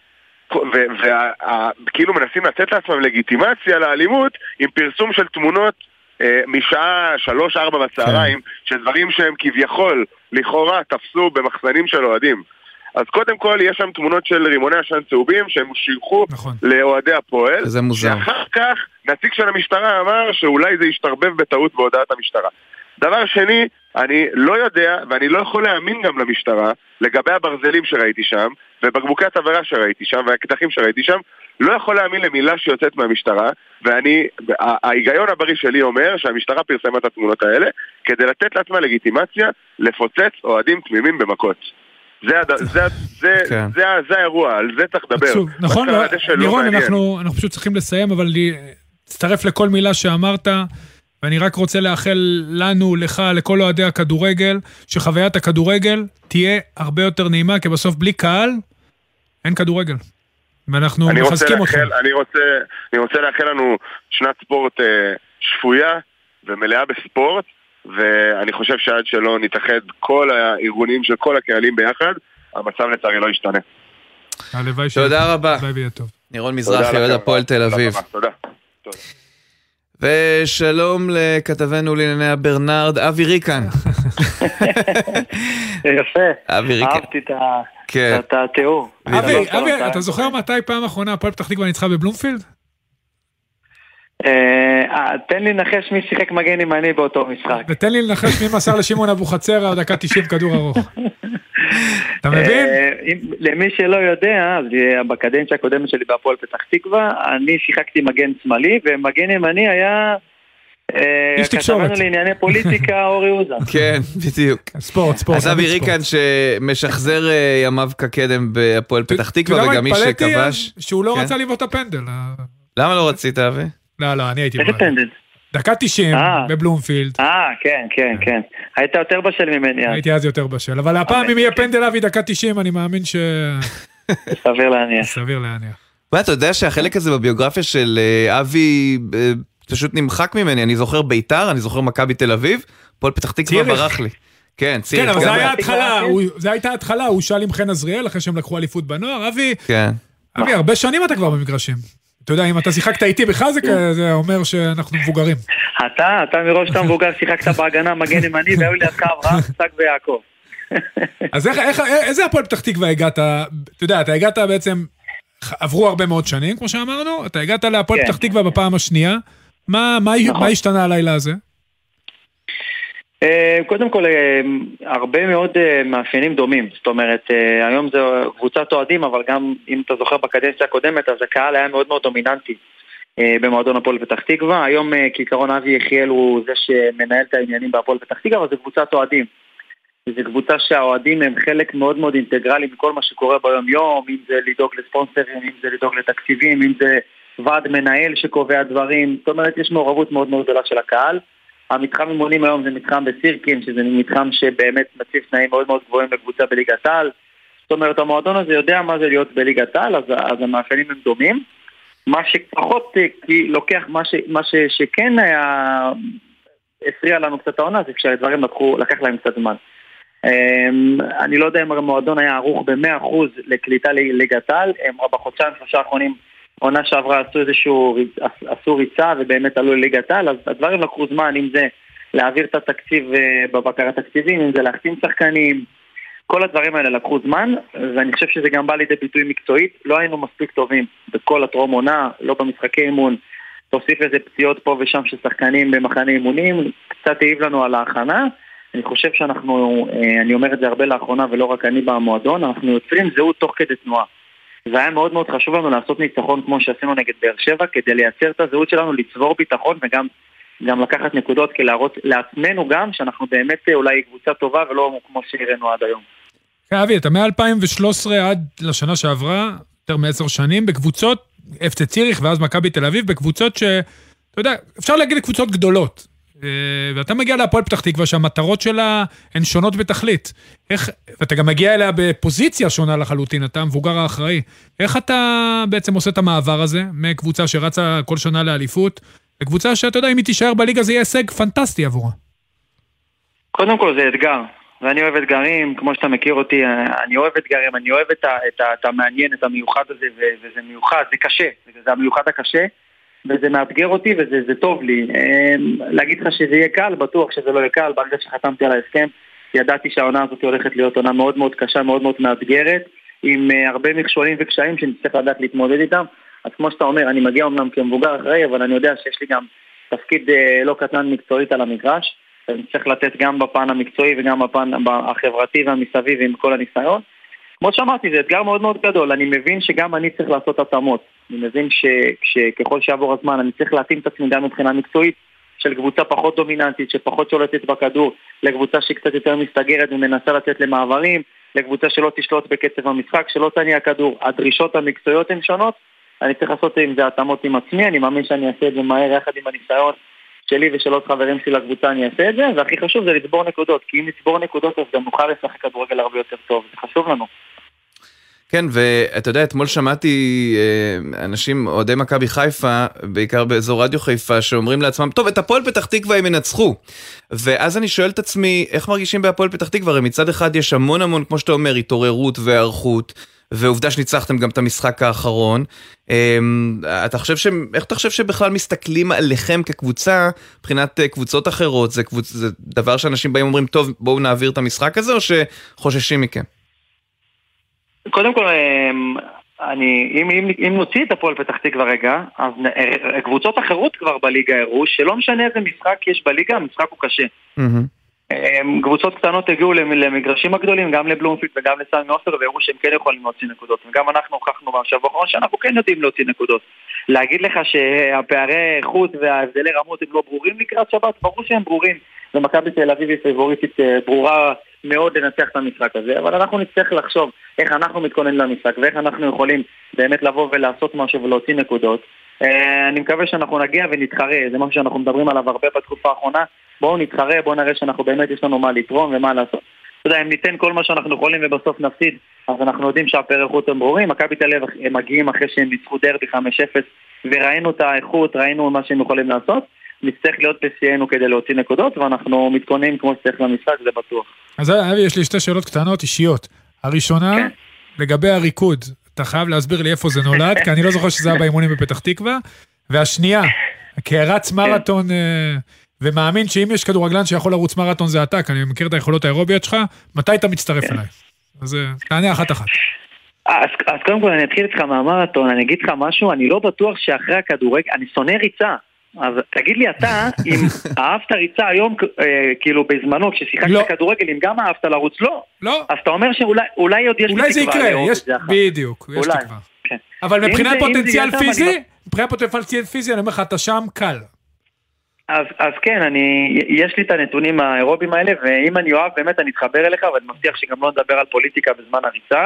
כאילו מנסים לתת לעצמם לגיטימציה לאלימות עם פרסום של תמונות משעה 3-4 בצהריים, של דברים שהם כביכול, לכאורה, תפסו במחסנים של אוהדים. אז קודם כל יש שם תמונות של רימוני עשן צהובים שהם שייכו לאוהדי הפועל. זה מוזר. ואחר כך נציג של המשטרה אמר שאולי זה ישתרבב בטעות בהודעת המשטרה. דבר שני, אני לא יודע, ואני לא יכול להאמין גם למשטרה, לגבי הברזלים שראיתי שם, ובקבוקי התבערה שראיתי שם, והקדחים שראיתי שם, לא יכול להאמין למילה שיוצאת מהמשטרה, ההיגיון הבריא שלי אומר שהמשטרה פרסמה את התמונות האלה, כדי לתת לעצמה לגיטימציה, לפוצץ אוהדים תמימים במכות. זה האירוע, על זה צריך לדבר. נכון, נירון, אנחנו פשוט צריכים לסיים, אבל להצטרף לכל מילה שאמרת, ואני רק רוצה לאחל לנו, לך, לכל אוהדי הכדורגל, שחוויית הכדורגל תהיה הרבה יותר נעימה, כי בסוף בלי קהל, אין כדורגל. ואנחנו מחזקים אתכם. אני רוצה לאחל לנו שנת ספורט שפויה ומלאה בספורט, ואני חושב שעד שלא נתאחד כל הארגונים של כל הקהלים ביחד, המצב לצערי לא ישתנה. תודה רבה. נירון מזרחי, אוהד הפועל תל אביב. תודה. ושלום לכתבנו לענייני ברנרד, אבי ריקן. יפה, אהבתי את התיאור. אבי, אתה זוכר מתי פעם אחרונה הפועל פתח תקווה ניצחה בבלומפילד? תן לי לנחש מי שיחק מגן ימני באותו משחק. ותן לי לנחש מי מסר לשמעון אבוחצירא דקה 90 כדור ארוך. אתה מבין? למי שלא יודע, בקדנציה הקודמת שלי בהפועל פתח תקווה, אני שיחקתי מגן שמאלי, ומגן ימני היה כתבנו לענייני פוליטיקה אורי אוזן. כן, בדיוק. ספורט. אז אבי ריקן שמשחזר ימיו כקדם בהפועל פתח תקווה, וגם מי שכבש. שהוא לא רצה לבעוט את הפנדל. למה לא רצית, אבי? לא, אני הייתי איזה פנדל? דקה 90 בבלומפילד. כן. היית יותר בשל ממני. הייתי אז יותר בשל, אבל הפעם אם יהיה פנדל אבי דקה 90, אני מאמין ש... סביר להניח. אתה יודע שהחלק הזה בביוגרפיה של אבי פשוט נמחק ממני, אני זוכר ביתר, אני זוכר מכבי תל אביב, פועל פתח תקווה ברח לי. כן, ציריך. כן, אבל זה הייתה התחלה, הוא שאל עם חן עזריאל, אחרי שהם לקחו אליפות בנוער, אבי, הרבה שנים אתה כבר במגרשים. אתה יודע, אם אתה שיחקת איתי בחזק, זה אומר שאנחנו מבוגרים. אתה מראש שאתה מבוגר, שיחקת בהגנה מגן ימני, והיו לידך אברהם, צק ויעקב. אז איזה הפועל פתח תקווה הגעת? אתה יודע, אתה הגעת בעצם, עברו הרבה מאוד שנים, כמו שאמרנו, אתה הגעת להפועל פתח תקווה בפעם השנייה, מה השתנה הלילה הזה? קודם כל, הרבה מאוד מאפיינים דומים. זאת אומרת, היום זה קבוצת אוהדים, אבל גם אם אתה זוכר בקדנציה הקודמת, אז הקהל היה מאוד מאוד דומיננטי במועדון הפועל פתח תקווה. היום כעיקרון אבי יחיאל הוא זה שמנהל את העניינים בהפועל פתח תקווה, אבל זה קבוצת אוהדים. זו קבוצה שהאוהדים הם חלק מאוד מאוד אינטגרלי מכל מה שקורה ביום יום, אם זה לדאוג לספונסרים, אם זה לדאוג לתקציבים, אם זה ועד מנהל שקובע דברים. זאת אומרת, יש מעורבות מאוד מאוד גדולה של הקהל. המתחם אימונים היום זה מתחם בסירקין, שזה מתחם שבאמת מציב תנאים מאוד מאוד גבוהים לקבוצה בליגת העל. זאת אומרת, המועדון הזה יודע מה זה להיות בליגת העל, אז המאפיינים הם דומים. מה שפחות לוקח, מה שכן היה הפריע לנו קצת העונה, זה כשהדברים לקח להם קצת זמן. אני לא יודע אם המועדון היה ערוך ב-100% לקליטה ליגת העל, הם בחודשיים 3 האחרונים עונה שעברה עשו ריצה ובאמת עלו לליגת העל, אז הדברים לקחו זמן, אם זה להעביר את התקציב בבקרת תקציבים, אם זה להחתים שחקנים, כל הדברים האלה לקחו זמן, ואני חושב שזה גם בא לידי ביטוי מקצועית. לא היינו מספיק טובים בכל הטרום עונה, לא במשחקי אימון, תוסיף איזה פציעות פה ושם של שחקנים במחנה אימונים, קצת העיב לנו על ההכנה. אני חושב שאנחנו, אני אומר את זה הרבה לאחרונה ולא רק אני במועדון, אנחנו יוצרים זהות תוך כדי תנועה. והיה מאוד מאוד חשוב לנו לעשות ניצחון כמו שעשינו נגד באר שבע, כדי לייצר את הזהות שלנו, לצבור ביטחון וגם לקחת נקודות, כי להראות לעצמנו גם שאנחנו באמת אולי קבוצה טובה ולא כמו שהראינו עד היום. אבי, אתה מ-2013 עד לשנה שעברה, יותר מ10 שנים, בקבוצות, FC ציריך ואז מכבי תל אביב, בקבוצות ש, אתה יודע, אפשר להגיד קבוצות גדולות. ואתה מגיע להפועל פתח תקווה שהמטרות שלה הן שונות בתכלית. ואתה גם מגיע אליה בפוזיציה שונה לחלוטין, אתה המבוגר האחראי. איך אתה בעצם עושה את המעבר הזה, מקבוצה שרצה כל שנה לאליפות, לקבוצה שאתה יודע, אם היא תישאר בליגה זה יהיה הישג פנטסטי עבורה? קודם כל זה אתגר, ואני אוהב אתגרים, כמו שאתה מכיר אותי, אני אוהב אתגרים, אני אוהב את המעניין, את המיוחד הזה, וזה מיוחד, זה קשה, זה המיוחד הקשה, וזה מאתגר אותי וזה טוב לי. להגיד לך שזה יהיה קל, בטוח שזה לא יהיה קל. ברגע שחתמתי על ההסכם, ידעתי שהעונה הזאת הולכת להיות עונה מאוד מאוד קשה, מאוד מאוד מאתגרת, עם הרבה מכשולים וקשיים שנצטרך לדעת להתמודד איתם. אז כמו שאתה אומר, אני מגיע אומנם כמבוגר אחרי, אבל אני יודע שיש לי גם תפקיד לא קטן מקצועית על המגרש, ואני צריך לתת גם בפן המקצועי וגם בפן החברתי והמסביב עם כל הניסיון. כמו שאמרתי, זה אתגר מאוד מאוד גדול. אני מבין שגם אני צריך לעשות התאמות. אני מבין שככל שעבור הזמן אני צריך להתאים את עצמי גם מבחינה מקצועית של קבוצה פחות דומיננטית, שפחות שולטת בכדור, לקבוצה שקצת יותר מסתגרת ומנסה לצאת למעברים, לקבוצה שלא תשלוט בקצב המשחק, שלא תניע כדור. הדרישות המקצועיות הן שונות. אני צריך לעשות עם זה התאמות עם עצמי. אני מאמין שאני אעשה את זה מהר יחד עם הניסיון שלי ושל עוד חברים שלי לקבוצה, אני אעשה את זה. והכי חשוב זה לצבור נקודות, כי אם נצבור נקודות אז גם נוכל לשחק כדורגל הרבה יותר טוב. זה חשוב לנו. כן, ואתה יודע, אתמול שמעתי אנשים, אוהדי מכבי חיפה, בעיקר באזור רדיו חיפה, שאומרים לעצמם, טוב, את הפועל פתח תקווה הם ינצחו. ואז אני שואל את עצמי, איך מרגישים בהפועל פתח תקווה? הרי מצד אחד יש המון, כמו שאתה אומר, התעוררות והערכות, ועובדה שניצחתם גם את המשחק האחרון. איך אתה חושב שבכלל מסתכלים עליכם כקבוצה, מבחינת קבוצות אחרות? זה דבר שאנשים באים אומרים, טוב, בואו נעביר את המשחק הזה, או שחוששים מכם? קודם כל, אם נוציא את הפועל פתח תקווה רגע, אז קבוצות אחרות כבר בליגה הראו שלא משנה איזה משחק יש בליגה, המשחק הוא קשה. קבוצות קטנות הגיעו למגרשים הגדולים, גם לבלומפילד וגם לסמי עופר, והראו שהם כן יכולים להוציא נקודות. וגם אנחנו הוכחנו בשבוע האחרון שאנחנו כן יודעים להוציא נקודות. להגיד לך שהפערי איכות וההבדלי רמות הם לא ברורים לקראת שבת, ברור שהם ברורים. ומכבי תל אביב היא פייבוריטית ברורה מאוד לנצח את המשחק הזה, אבל אנחנו נצטרך לחשוב איך אנחנו מתכוננים למשחק ואיך אנחנו יכולים באמת לבוא ולעשות משהו ולהוציא נקודות. אני מקווה שאנחנו נגיע ונתחרה, זה משהו שאנחנו מדברים עליו הרבה בתקופה האחרונה. בואו נתחרה, בואו נראה שאנחנו באמת יש לנו מה לתרום ומה לעשות. אתה יודע, אם ניתן כל מה שאנחנו יכולים ובסוף נפסיד, אז אנחנו יודעים שהפערי איכות הם ברורים. מכבי תל אביב הם מגיעים אחרי שהם ניצחו דרבי 5-0 וראינו את האיכות, ראינו מה שהם יכולים לעשות. נצטרך להיות בשיאנו כדי להוציא נקודות, ואנחנו מתכוננים כמו שצריך למשחק, זה בטוח. אז אבי, יש לי 2 שאלות קטנות אישיות. הראשונה, כן. לגבי הריקוד, אתה חייב להסביר לי איפה זה נולד, כי אני לא זוכר שזה היה באימונים בפתח תקווה. והשנייה, כרץ מרתון, ומאמין שאם יש כדורגלן שיכול לרוץ מרתון זה אתה, כי אני מכיר את היכולות האירוביות שלך, מתי אתה מצטרף אליי? אז תענה אחת. אז קודם כל אני אתחיל איתך מהמרתון, אני אגיד לך משהו, אני לא בטוח שאחרי הכדורגל, אני שונא ריצה, אז תגיד לי אתה, אם אהבת ריצה היום, כאילו בזמנו, כששיחקת כדורגל, אם גם אהבת לרוץ, לא. לא. אז אתה אומר שאולי עוד יש לי תקווה. אולי זה יקרה, בדיוק, יש תקווה. אבל מבחינת פוטנציאל פיזי, אני אומר לך, אתה שם קל. אז כן, יש לי את הנתונים האירובים האלה, ואם אני אוהב, באמת אני אתחבר אליך, ואני מבטיח שגם לא נדבר על פוליטיקה בזמן הריצה.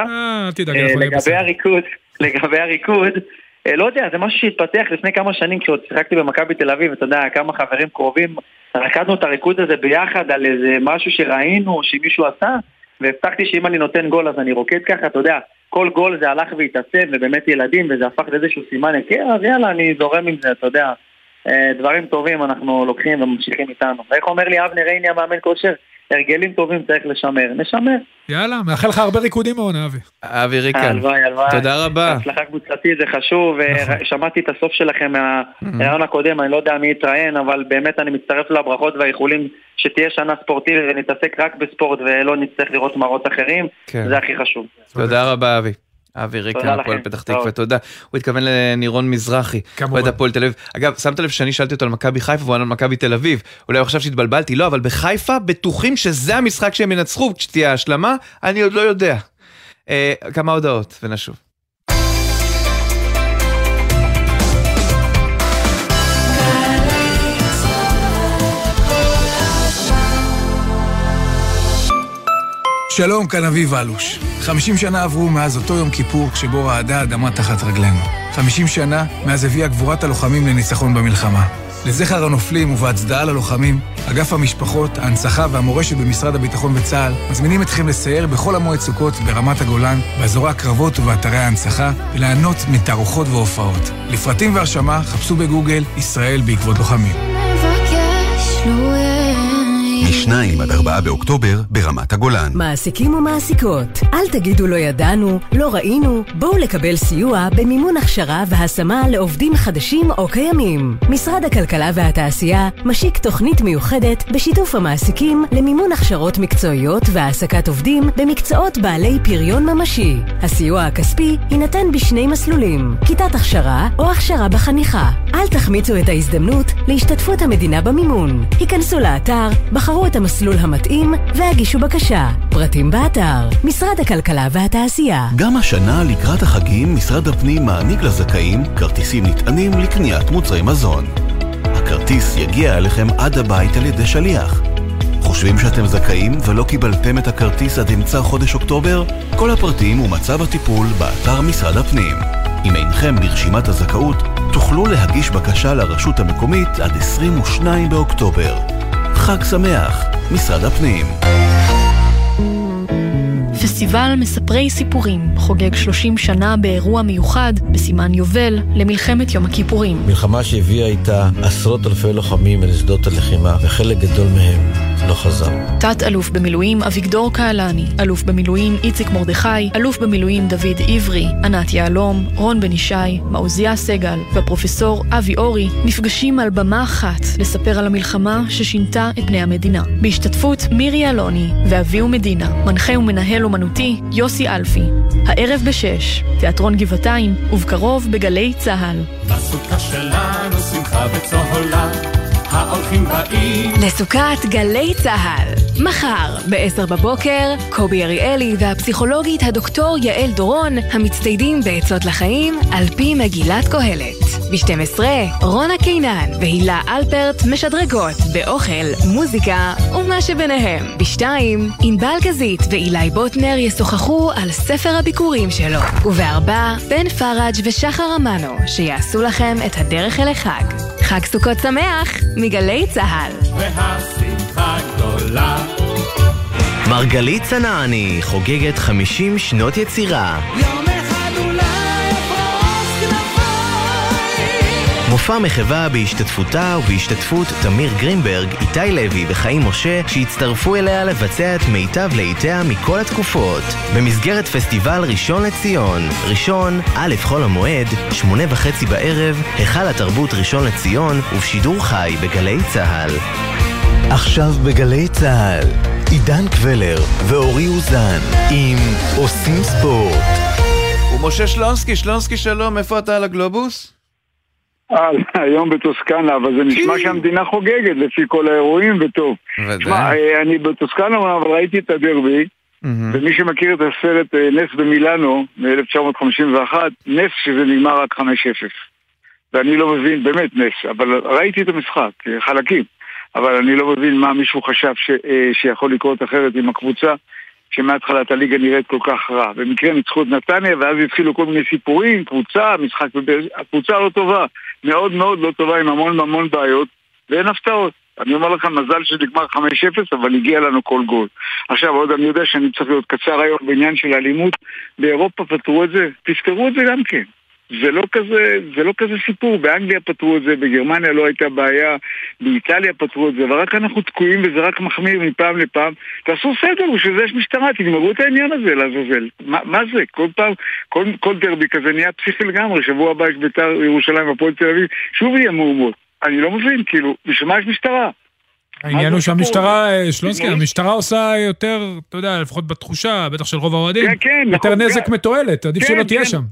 לגבי הריקוד, לא יודע, זה משהו שהתפתח לפני כמה שנים, כשעוד שיחקתי במכבי תל אביב, אתה יודע, כמה חברים קרובים, רקדנו את הריקוד הזה ביחד על איזה משהו שראינו, שמישהו עשה, והבטחתי שאם אני נותן גול, אז אני רוקד ככה, אתה יודע, כל גול זה הלך והתעצב, ובאמת ילדים, וזה הפך לאיזשהו סימן היכר, אז יאללה, אני זורם עם זה, אתה יודע, דברים טובים אנחנו לוקחים וממשיכים איתנו. ואיך אומר לי אבנר עיני, המאמן כושר, הרגלים טובים צריך לשמר, נשמר. יאללה, מאחל לך הרבה ריקודים מאוד, אבי. אבי ריקן, תודה רבה. הצלחה קבוצתי זה חשוב, ושמעתי את הסוף שלכם מהרעיון הקודם, אני לא יודע מי יתראיין, אבל באמת אני מצטרף לברכות והאיחולים שתהיה שנה ספורטיבית ונתעסק רק בספורט ולא נצטרך לראות מראות אחרים, זה הכי חשוב. תודה רבה אבי. אבי ריקן, הפועל פתח תקווה, תודה. הוא התכוון לנירון מזרחי, אוהד הפועל תל אביב. אגב, שמת לב שאני שאלתי אותו על מכבי חיפה והוא על מכבי תל אביב. אולי הוא חשב שהתבלבלתי, לא, אבל בחיפה בטוחים שזה המשחק שהם ינצחו, כשתהיה השלמה, אני עוד לא יודע. כמה הודעות, ונשוב. שלום, כאן אביב אלוש. 50 שנה עברו מאז אותו יום כיפור שבו רעדה האדמה תחת רגלינו. 50 שנה מאז הביאה גבורת הלוחמים לניצחון במלחמה. לזכר הנופלים ובהצדעה ללוחמים, אגף המשפחות, ההנצחה והמורשת במשרד הביטחון וצה"ל מזמינים אתכם לסייר בכל המועד סוכות ברמת הגולן, באזורי הקרבות ובאתרי ההנצחה, וליהנות מתערוכות והופעות. לפרטים והרשמה חפשו בגוגל ישראל בעקבות לוחמים. מ-2 עד 4 באוקטובר ברמת הגולן. מעסיקים ומעסיקות, אל תגידו לא ידענו, לא ראינו, בואו לקבל סיוע במימון הכשרה והשמה לעובדים חדשים או קיימים. משרד הכלכלה והתעשייה משיק תוכנית מיוחדת בשיתוף המעסיקים למימון הכשרות מקצועיות והעסקת עובדים במקצועות בעלי פריון ממשי. הסיוע הכספי יינתן בשני מסלולים, כיתת הכשרה או הכשרה בחניכה. אל תחמיצו את ההזדמנות להשתתפות המדינה במימון. היכנסו לאתר, בחרו את המסלול המתאים והגישו בקשה. פרטים באתר, משרד הכלכלה והתעשייה. גם השנה לקראת החגים משרד הפנים מעניק לזכאים כרטיסים נטענים לקניית מוצרי מזון. הכרטיס יגיע אליכם עד הבית על ידי שליח. חושבים שאתם זכאים ולא קיבלתם את הכרטיס עד אמצע חודש אוקטובר? כל הפרטים ומצב הטיפול באתר משרד הפנים. אם אינכם ברשימת הזכאות, תוכלו להגיש בקשה לרשות המקומית עד 22 באוקטובר. חג שמח, משרד הפנים. פסטיבל מספרי סיפורים חוגג 30 שנה באירוע מיוחד בסימן יובל למלחמת יום הכיפורים. מלחמה שהביאה איתה עשרות אלפי לוחמים אל שדות הלחימה, וחלק גדול מהם לא חזר. תת אלוף במילואים אביגדור קהלני, אלוף במילואים איציק מרדכי, אלוף במילואים דוד עברי, ענת יעלום, רון בן ישי, מעוזיה סגל והפרופסור אבי אורי נפגשים על במה אחת לספר על המלחמה ששינתה את בני המדינה. בהשתתפות מירי אלוני ואביהו מדינה, מנחה ומנהל אומנותי יוסי אלפי. הערב ב6, תיאטרון גבעתיים, ובקרוב בגלי צהל. בסוכה שלנו שמחה וצהולה, ההולכים באים לסוכת גלי צהל. מחר ב10 בבוקר, קובי אריאלי והפסיכולוגית הדוקטור יעל דורון המצטיידים בעצות לחיים על פי מגילת קהלת. ב12 רונה קינן והילה אלפרט משדרגות באוכל, מוזיקה ומה שביניהם. ב2 ענבל גזית ואילי בוטנר ישוחחו על ספר הביקורים שלו. וב4 בן פרג' ושחר אמנו שיעשו לכם את הדרך אל החג. חג סוכות שמח מגלי צהל. והשמחה גדולה. מרגלית צנעני חוגגת 50 שנות יצירה. יום אחד אולי אפרוס כנפיים. מופע מחווה בהשתתפותה ובהשתתפות תמיר גרינברג, איתי לוי וחיים משה שהצטרפו אליה לבצע את מיטב להיטיה מכל התקופות. במסגרת פסטיבל ראשון לציון, ראשון, א' חול המועד, 8:30 בערב, היכל התרבות ראשון לציון ובשידור חי בגלי צהל. עכשיו בגלי צהל, עידן קבלר ואורי אוזן עם עושים ספורט. ומשה שלונסקי, שלום, איפה אתה על הגלובוס? היום בטוסקנה, אבל זה נשמע שהמדינה חוגגת לפי כל האירועים וטוב. תשמע, אני בטוסקנה, אבל ראיתי את הדרבי, ומי שמכיר את הסרט נס במילאנו מ-1951, נס שזה נגמר רק 5-0. ואני לא מבין, באמת נס, אבל ראיתי את המשחק, חלקים, אבל אני לא מבין מה מישהו חשב שיכול לקרות אחרת עם הקבוצה, שמהתחלת הליגה נראית כל כך רע. במקרה ניצחו את נתניה, ואז התחילו כל מיני סיפורים, קבוצה, משחק, הקבוצה לא טובה, מאוד מאוד לא טובה, עם המון בעיות, ואין הפתעות. אני אומר לך, מזל שנגמר 5-0, אבל הגיע לנו כל גול. עכשיו, עוד אני יודע שאני צריך להיות קצר היום בעניין של אלימות. באירופה פתרו את זה, תפתרו את זה גם כן. זה לא כזה סיפור. באנגליה פתרו את זה, בגרמניה לא הייתה בעיה, באיטליה פתרו את זה, ורק אנחנו תקועים וזה רק מחמיר מפעם לפעם. תעשו סדר, בשביל זה יש משטרה, תגמרו את העניין הזה לעזאזל. מה זה? כל פעם, כל דרבי כזה נהיה פסיכי לגמרי. שבוע הבא יש בית"ר ירושלים והפועל תל אביב, שוב יהיה מהומות. אני לא מבין, כאילו, בשביל מה יש משטרה? העניין הוא שהמשטרה, שלונסקי, המשטרה עושה יותר, אתה יודע, לפחות בתחושה, בטח של רוב האוהדים, יותר נזק מתועלת, עדיף שלא תהיה שם.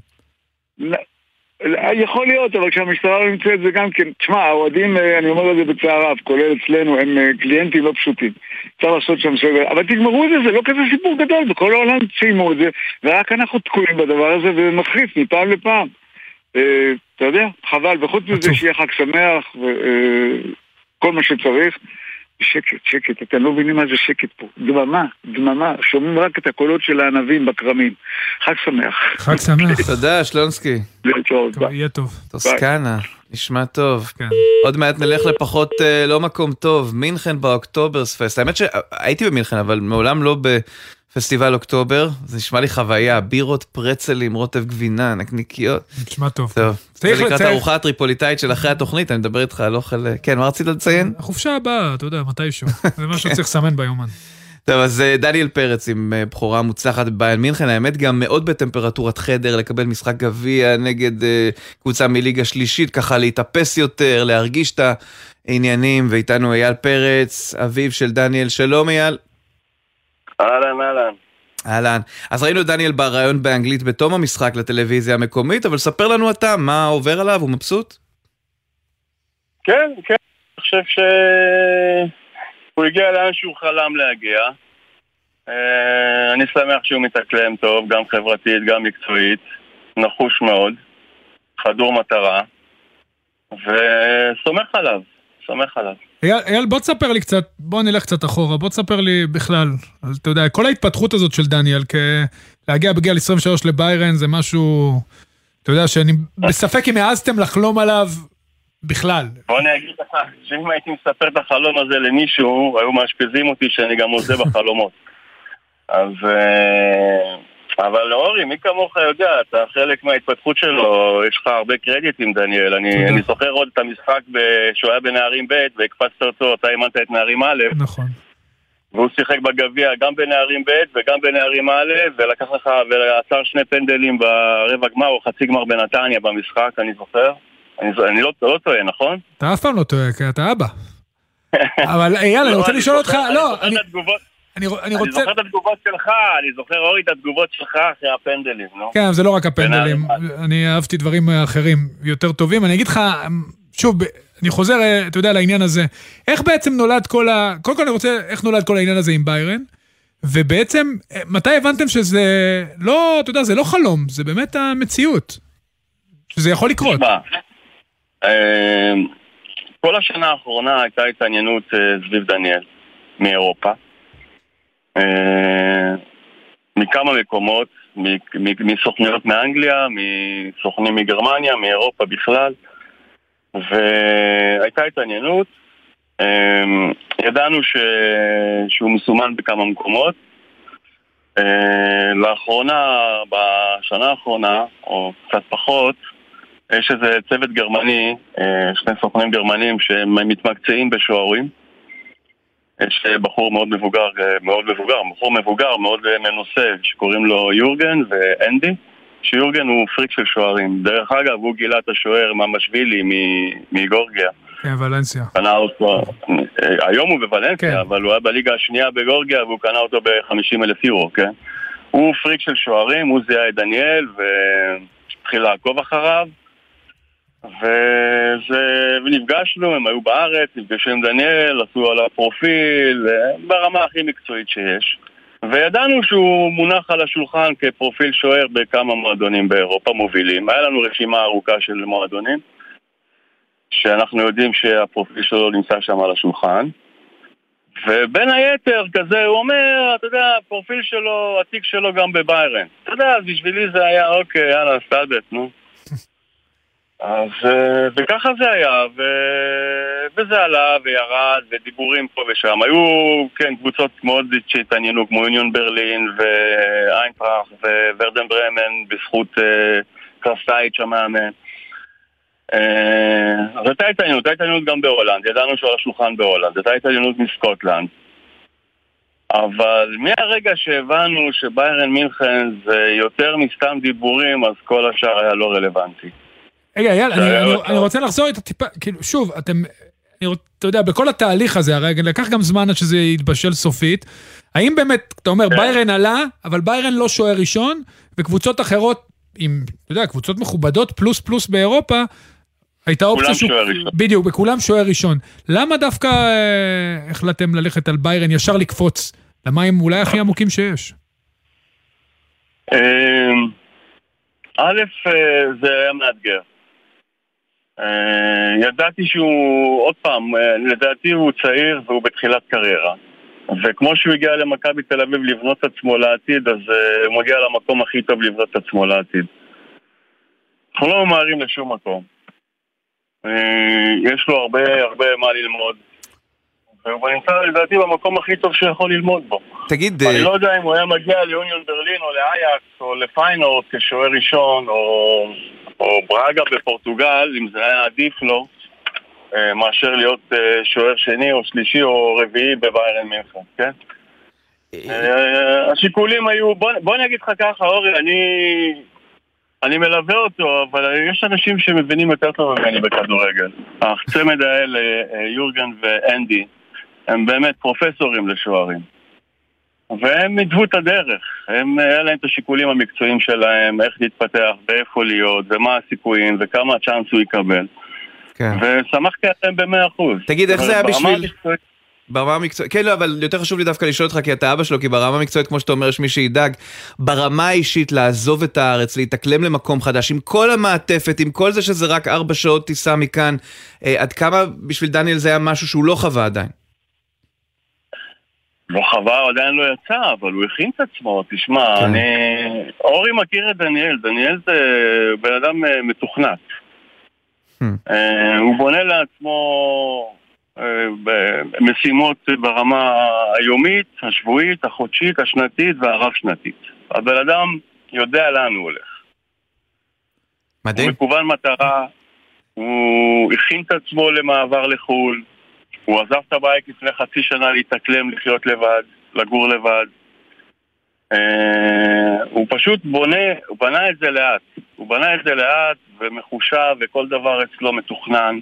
יכול להיות, אבל כשהמשטרה לא נמצאת זה גם כן, תשמע, האוהדים, אני אומר את זה בצער רב, כולל אצלנו, הם קליינטים לא פשוטים. צריך לעשות שם סדר, אבל תגמרו את זה, זה לא כזה סיפור גדול, בכל העולם ציימו את זה, ורק אנחנו תקועים בדבר הזה, ומחריף מפעם לפעם. אתה יודע, חבל, וחוץ מזה שיהיה חג שמח וכל מה שצריך. שקט, אתם לא מבינים מה זה שקט פה. דממה, שומעים רק את הקולות של הענבים בקרמים. חג שמח. חג שמח. תודה, שלונסקי. יהיה טוב. טוסקנה, נשמע טוב. עוד מעט נלך לפחות לא מקום טוב, מינכן באוקטוברספסט. האמת שהייתי במינכן, אבל מעולם לא פסטיבל אוקטובר, זה נשמע לי חוויה, בירות, פרצלים, רוטב גבינה, נקניקיות. נשמע טוב. טוב, זה לקראת הארוחה הטריפוליטאית של אחרי התוכנית, אני מדבר איתך על אוכל... כן, מה רצית לציין? החופשה הבאה, אתה יודע, מתישהו. זה משהו שצריך לסמן ביומן. טוב, אז דניאל פרץ עם בחורה מוצלחת בביירן מינכן, האמת גם מאוד בטמפרטורת חדר, לקבל משחק גביע נגד קבוצה מליגה שלישית, ככה להתאפס יותר, להרגיש את העניינים, ואיתנו אייל פרץ, אביו של דניאל. שלום אייל. אהלן. אז ראינו דניאל ברעיון באנגלית בתום המשחק לטלוויזיה המקומית, אבל ספר לנו אתה, מה עובר עליו? הוא מבסוט? כן. אני חושב שהוא הגיע לאן שהוא חלם להגיע. אני שמח שהוא מתאקלם טוב, גם חברתית, גם מקצועית. נחוש מאוד. חדור מטרה. וסומך עליו. אייל, בוא תספר לי קצת, בוא נלך קצת אחורה, בוא תספר לי בכלל, אתה יודע, כל ההתפתחות הזאת של דניאל, להגיע בגיל 23 לביירן, זה משהו, אתה יודע, שאני בספק אם העזתם לחלום עליו בכלל. בוא אני אגיד לך, שאם הייתי מספר את החלום הזה למישהו, היו מאשפזים אותי שאני גם עושה בחלומות. אז... אבל אורי, מי כמוך יודע, אתה חלק מההתפתחות שלו, יש לך הרבה קרדיט עם דניאל. אני זוכר עוד את המשחק שהוא היה בנערים ב' והקפצת אותו, אתה אימנת את נערים א'. נכון. והוא שיחק בגביע גם בנערים ב' וגם בנערים א', ולקח לך ועצר 2 פנדלים ברבע גמר או חצי גמר בנתניה במשחק, אני זוכר. אני לא טועה, נכון? אתה אף פעם לא טועה, כי אתה אבא. אבל אייל, אני רוצה לשאול אותך, אני זוכר את התגובות שלך, אני זוכר אורי את התגובות שלך אחרי הפנדלים, לא? כן, זה לא רק הפנדלים, אני אהבתי דברים אחרים יותר טובים, אני אגיד לך, שוב, אני חוזר, אתה יודע, לעניין הזה, איך בעצם נולד קודם כל אני רוצה, איך נולד כל העניין הזה עם ביירן, ובעצם, מתי הבנתם שזה לא, אתה יודע, זה לא חלום, זה באמת המציאות, שזה יכול לקרות? כל השנה האחרונה הייתה התעניינות סביב דניאל, מאירופה, מכמה מקומות, מסוכניות מאנגליה, מסוכנים מגרמניה, מאירופה בכלל, והייתה התעניינות. ידענו שהוא מסומן בכמה מקומות. לאחרונה, בשנה האחרונה, או קצת פחות, יש איזה צוות גרמני, 2 סוכנים גרמנים שמתמקצעים בשוערים. יש בחור מאוד מבוגר, מאוד מנוסה, שקוראים לו יורגן ואנדי, שיורגן הוא פריק של שוערים. דרך אגב, הוא גילה את השוער ממשווילי מגורגיה. כן, ולנסיה. קנה אותו, היום הוא בוולנסיה, אבל הוא היה בליגה השנייה בגורגיה, והוא קנה אותו ב-50,000 יורו, כן? הוא פריק של שוערים, הוא זיהה את דניאל, והתחיל לעקוב אחריו, ונפגשנו, הם היו בארץ, נפגשו עם דניאל, עשו על הפרופיל, ברמה הכי מקצועית שיש. וידענו שהוא מונח על השולחן כפרופיל שוער בכמה מועדונים באירופה מובילים. היה לנו רשימה ארוכה של מועדונים, שאנחנו יודעים שהפרופיל שלו נמצא שם על השולחן. ובין היתר כזה הוא אומר, אתה יודע, הפרופיל שלו, התיק שלו גם בביירן. אתה יודע, אז בשבילי זה היה, אוקיי, יאללה, סטאדט, נו. אז, וככה זה היה, וזה עלה וירד, ודיבורים פה ושם. היו, כן, קבוצות מאוד שהתעניינו, כמו יוניון ברלין, ואיינטראכט, וורדן ברמן, בזכות קרסטייץ' המאמן. אז הייתה התעניינות גם בהולנד, ידענו שהוא על השולחן בהולנד, הייתה התעניינות מסקוטלנד. אבל מהרגע שהבנו שביירן מינכן זה יותר מסתם דיבורים, אז כל השאר היה לא רלוונטי. רגע, יאללה, אני רוצה לחזור את הטיפה, כאילו, שוב, אתה יודע, בכל התהליך הזה, הרי לקח גם זמן עד שזה יתבשל סופית, האם באמת, אתה אומר, ביירן עלה, אבל ביירן לא שוער ראשון, וקבוצות אחרות, עם, אתה יודע, קבוצות מכובדות פלוס באירופה, הייתה אופציה שהוא, בדיוק, בכולם שוער ראשון. למה דווקא החלטתם ללכת על ביירן, ישר לקפוץ למים אולי הכי עמוקים שיש? א', זה היה מאתגר. ידעתי שהוא, עוד פעם, לדעתי הוא צעיר והוא בתחילת קריירה. וכמו שהוא הגיע למכבי תל אביב לבנות את עצמו לעתיד, אז הוא מגיע למקום הכי טוב לבנות את עצמו לעתיד. אנחנו לא ממהרים לשום מקום. יש לו הרבה מה ללמוד. והוא נמצא לדעתי במקום הכי טוב שיכול ללמוד בו. תגיד... אני לא יודע אם הוא היה מגיע ליוניון ברלין או לאייקס או לפיינורד כשוער ראשון או ברגה בפורטוגל, אם זה היה עדיף לו, מאשר להיות שוער שני או שלישי או רביעי בביירן מינכן, כן? השיקולים היו... בוא אני אגיד לך ככה, אורי, אני מלווה אותו, אבל יש אנשים שמבינים יותר טוב ממני בכדורגל. הצמד האלה, יורגן ואנדי, הם באמת פרופסורים לשוערים. והם מדבו את הדרך. היה להם את השיקולים המקצועיים שלהם, איך להתפתח, באיפה להיות, ומה הסיכויים, וכמה הצ'אנס הוא יקבל. כן. ושמחתי עליהם ב100%. תגיד, איך זה היה בשביל... ברמה המקצועית, כן, לא, אבל יותר חשוב לי דווקא לשאול אותך, כי אתה אבא שלו, כי ברמה המקצועית, כמו שאתה אומר, יש מי שידאג, ברמה האישית לעזוב את הארץ, להתאקלם למקום חדש, עם כל המעטפת, עם כל זה שזה רק 4 שעות טיסה מכאן, עד כמה בשביל דניאל זה היה משהו שהוא לא חווה עדיין? לא חווה, עדיין לא יצא, אבל הוא הכין את עצמו, תשמע, כן. אורי מכיר את דניאל, דניאל זה בן אדם מתוכנת. הוא בונה לעצמו... במשימות ברמה היומית, השבועית, החודשית, השנתית והרב שנתית. הבן אדם יודע לאן הוא הולך. מדהים. הוא מכוון מטרה, הוא הכין את עצמו למעבר לחול, הוא עזב את הבית לפני חצי שנה להתאקלם, לחיות לבד, לגור לבד. הוא פשוט בנה את זה לאט. הוא בנה את זה לאט ומחושב וכל דבר אצלו מתוכנן.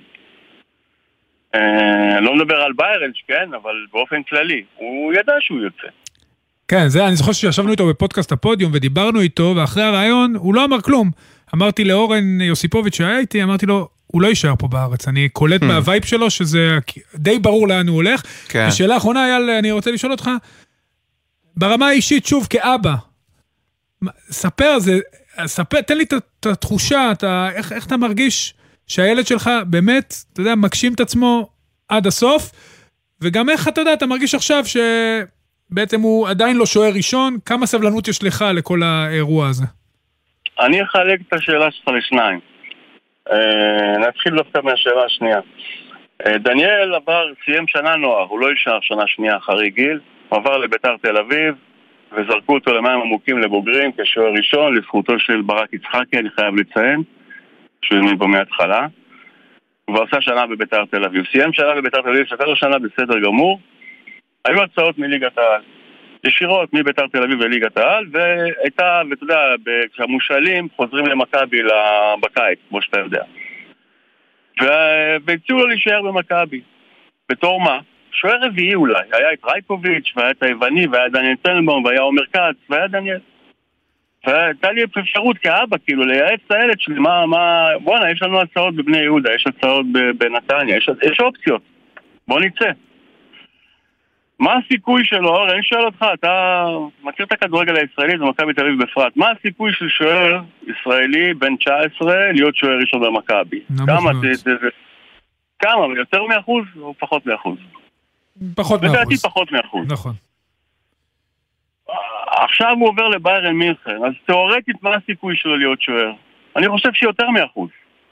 לא מדבר על ביירן, כן, אבל באופן כללי, הוא ידע שהוא יוצא. כן, זה, אני זוכר שישבנו איתו בפודקאסט הפודיום ודיברנו איתו, ואחרי הרעיון הוא לא אמר כלום. אמרתי לאורן יוסיפוביץ' שהיה איתי, אמרתי לו, הוא לא יישאר פה בארץ, אני קולט מהווייב שלו, שזה די ברור לאן הוא הולך. השאלה האחרונה היה, אני רוצה לשאול אותך, ברמה האישית, שוב, כאבא, ספר, תן לי את התחושה, איך אתה מרגיש שהילד שלך באמת, אתה יודע, מגשים את עצמו עד הסוף, וגם איך אתה יודע, אתה מרגיש עכשיו שבעצם הוא עדיין לא שוער ראשון, כמה סבלנות יש לך לכל האירוע הזה? אני אחלק את השאלה שלך לשניים. נתחיל דווקא מהשאלה השנייה. דניאל סיים שנה נוער, הוא לא יישאר שנה שנייה אחרי גיל, הוא עבר לביתר תל אביב, וזרקו אותו למים עמוקים לבוגרים כשוער ראשון, לזכותו של ברק יצחקי, אני חייב לציין. שהוא ימין בו מההתחלה, הוא עשה שנה בביתר תל אביב. סיים שנה בביתר תל אביב, שתה לו שנה בסדר גמור. היו הצעות מליגת העל. ישירות מביתר תל אביב לליגת העל, והייתה, ואתה יודע, כשהמושאלים חוזרים למכבי בקיץ, כמו שאתה יודע. והציעו לו להישאר במכבי. בתור מה? שוער רביעי אולי. היה את רייקוביץ', והיה את היווני, והיה דניאל טננבאום, והיה עומר כץ, והיה דניאל. והייתה לי אפשרות כאבא, כאילו, לייעץ את הילד שלי, בוא'נה, יש לנו הצעות בבני יהודה, יש הצעות בנתניה, יש אופציות. בוא נצא. מה הסיכוי שלו? אני שואל אותך, אתה מכיר את הכדורגל הישראלי, זה מכבי תל אביב בפרט. מה הסיכוי של שוער ישראלי בן 19 להיות שוער ראשון במכבי? כמה? יותר מ1% או פחות מ1%? פחות מ1%. לדעתי פחות מ1%. נכון. עכשיו הוא עובר לביירן מינכן, אז תיאורטית מה הסיכוי שלו להיות שוער? אני חושב שיותר מ1%.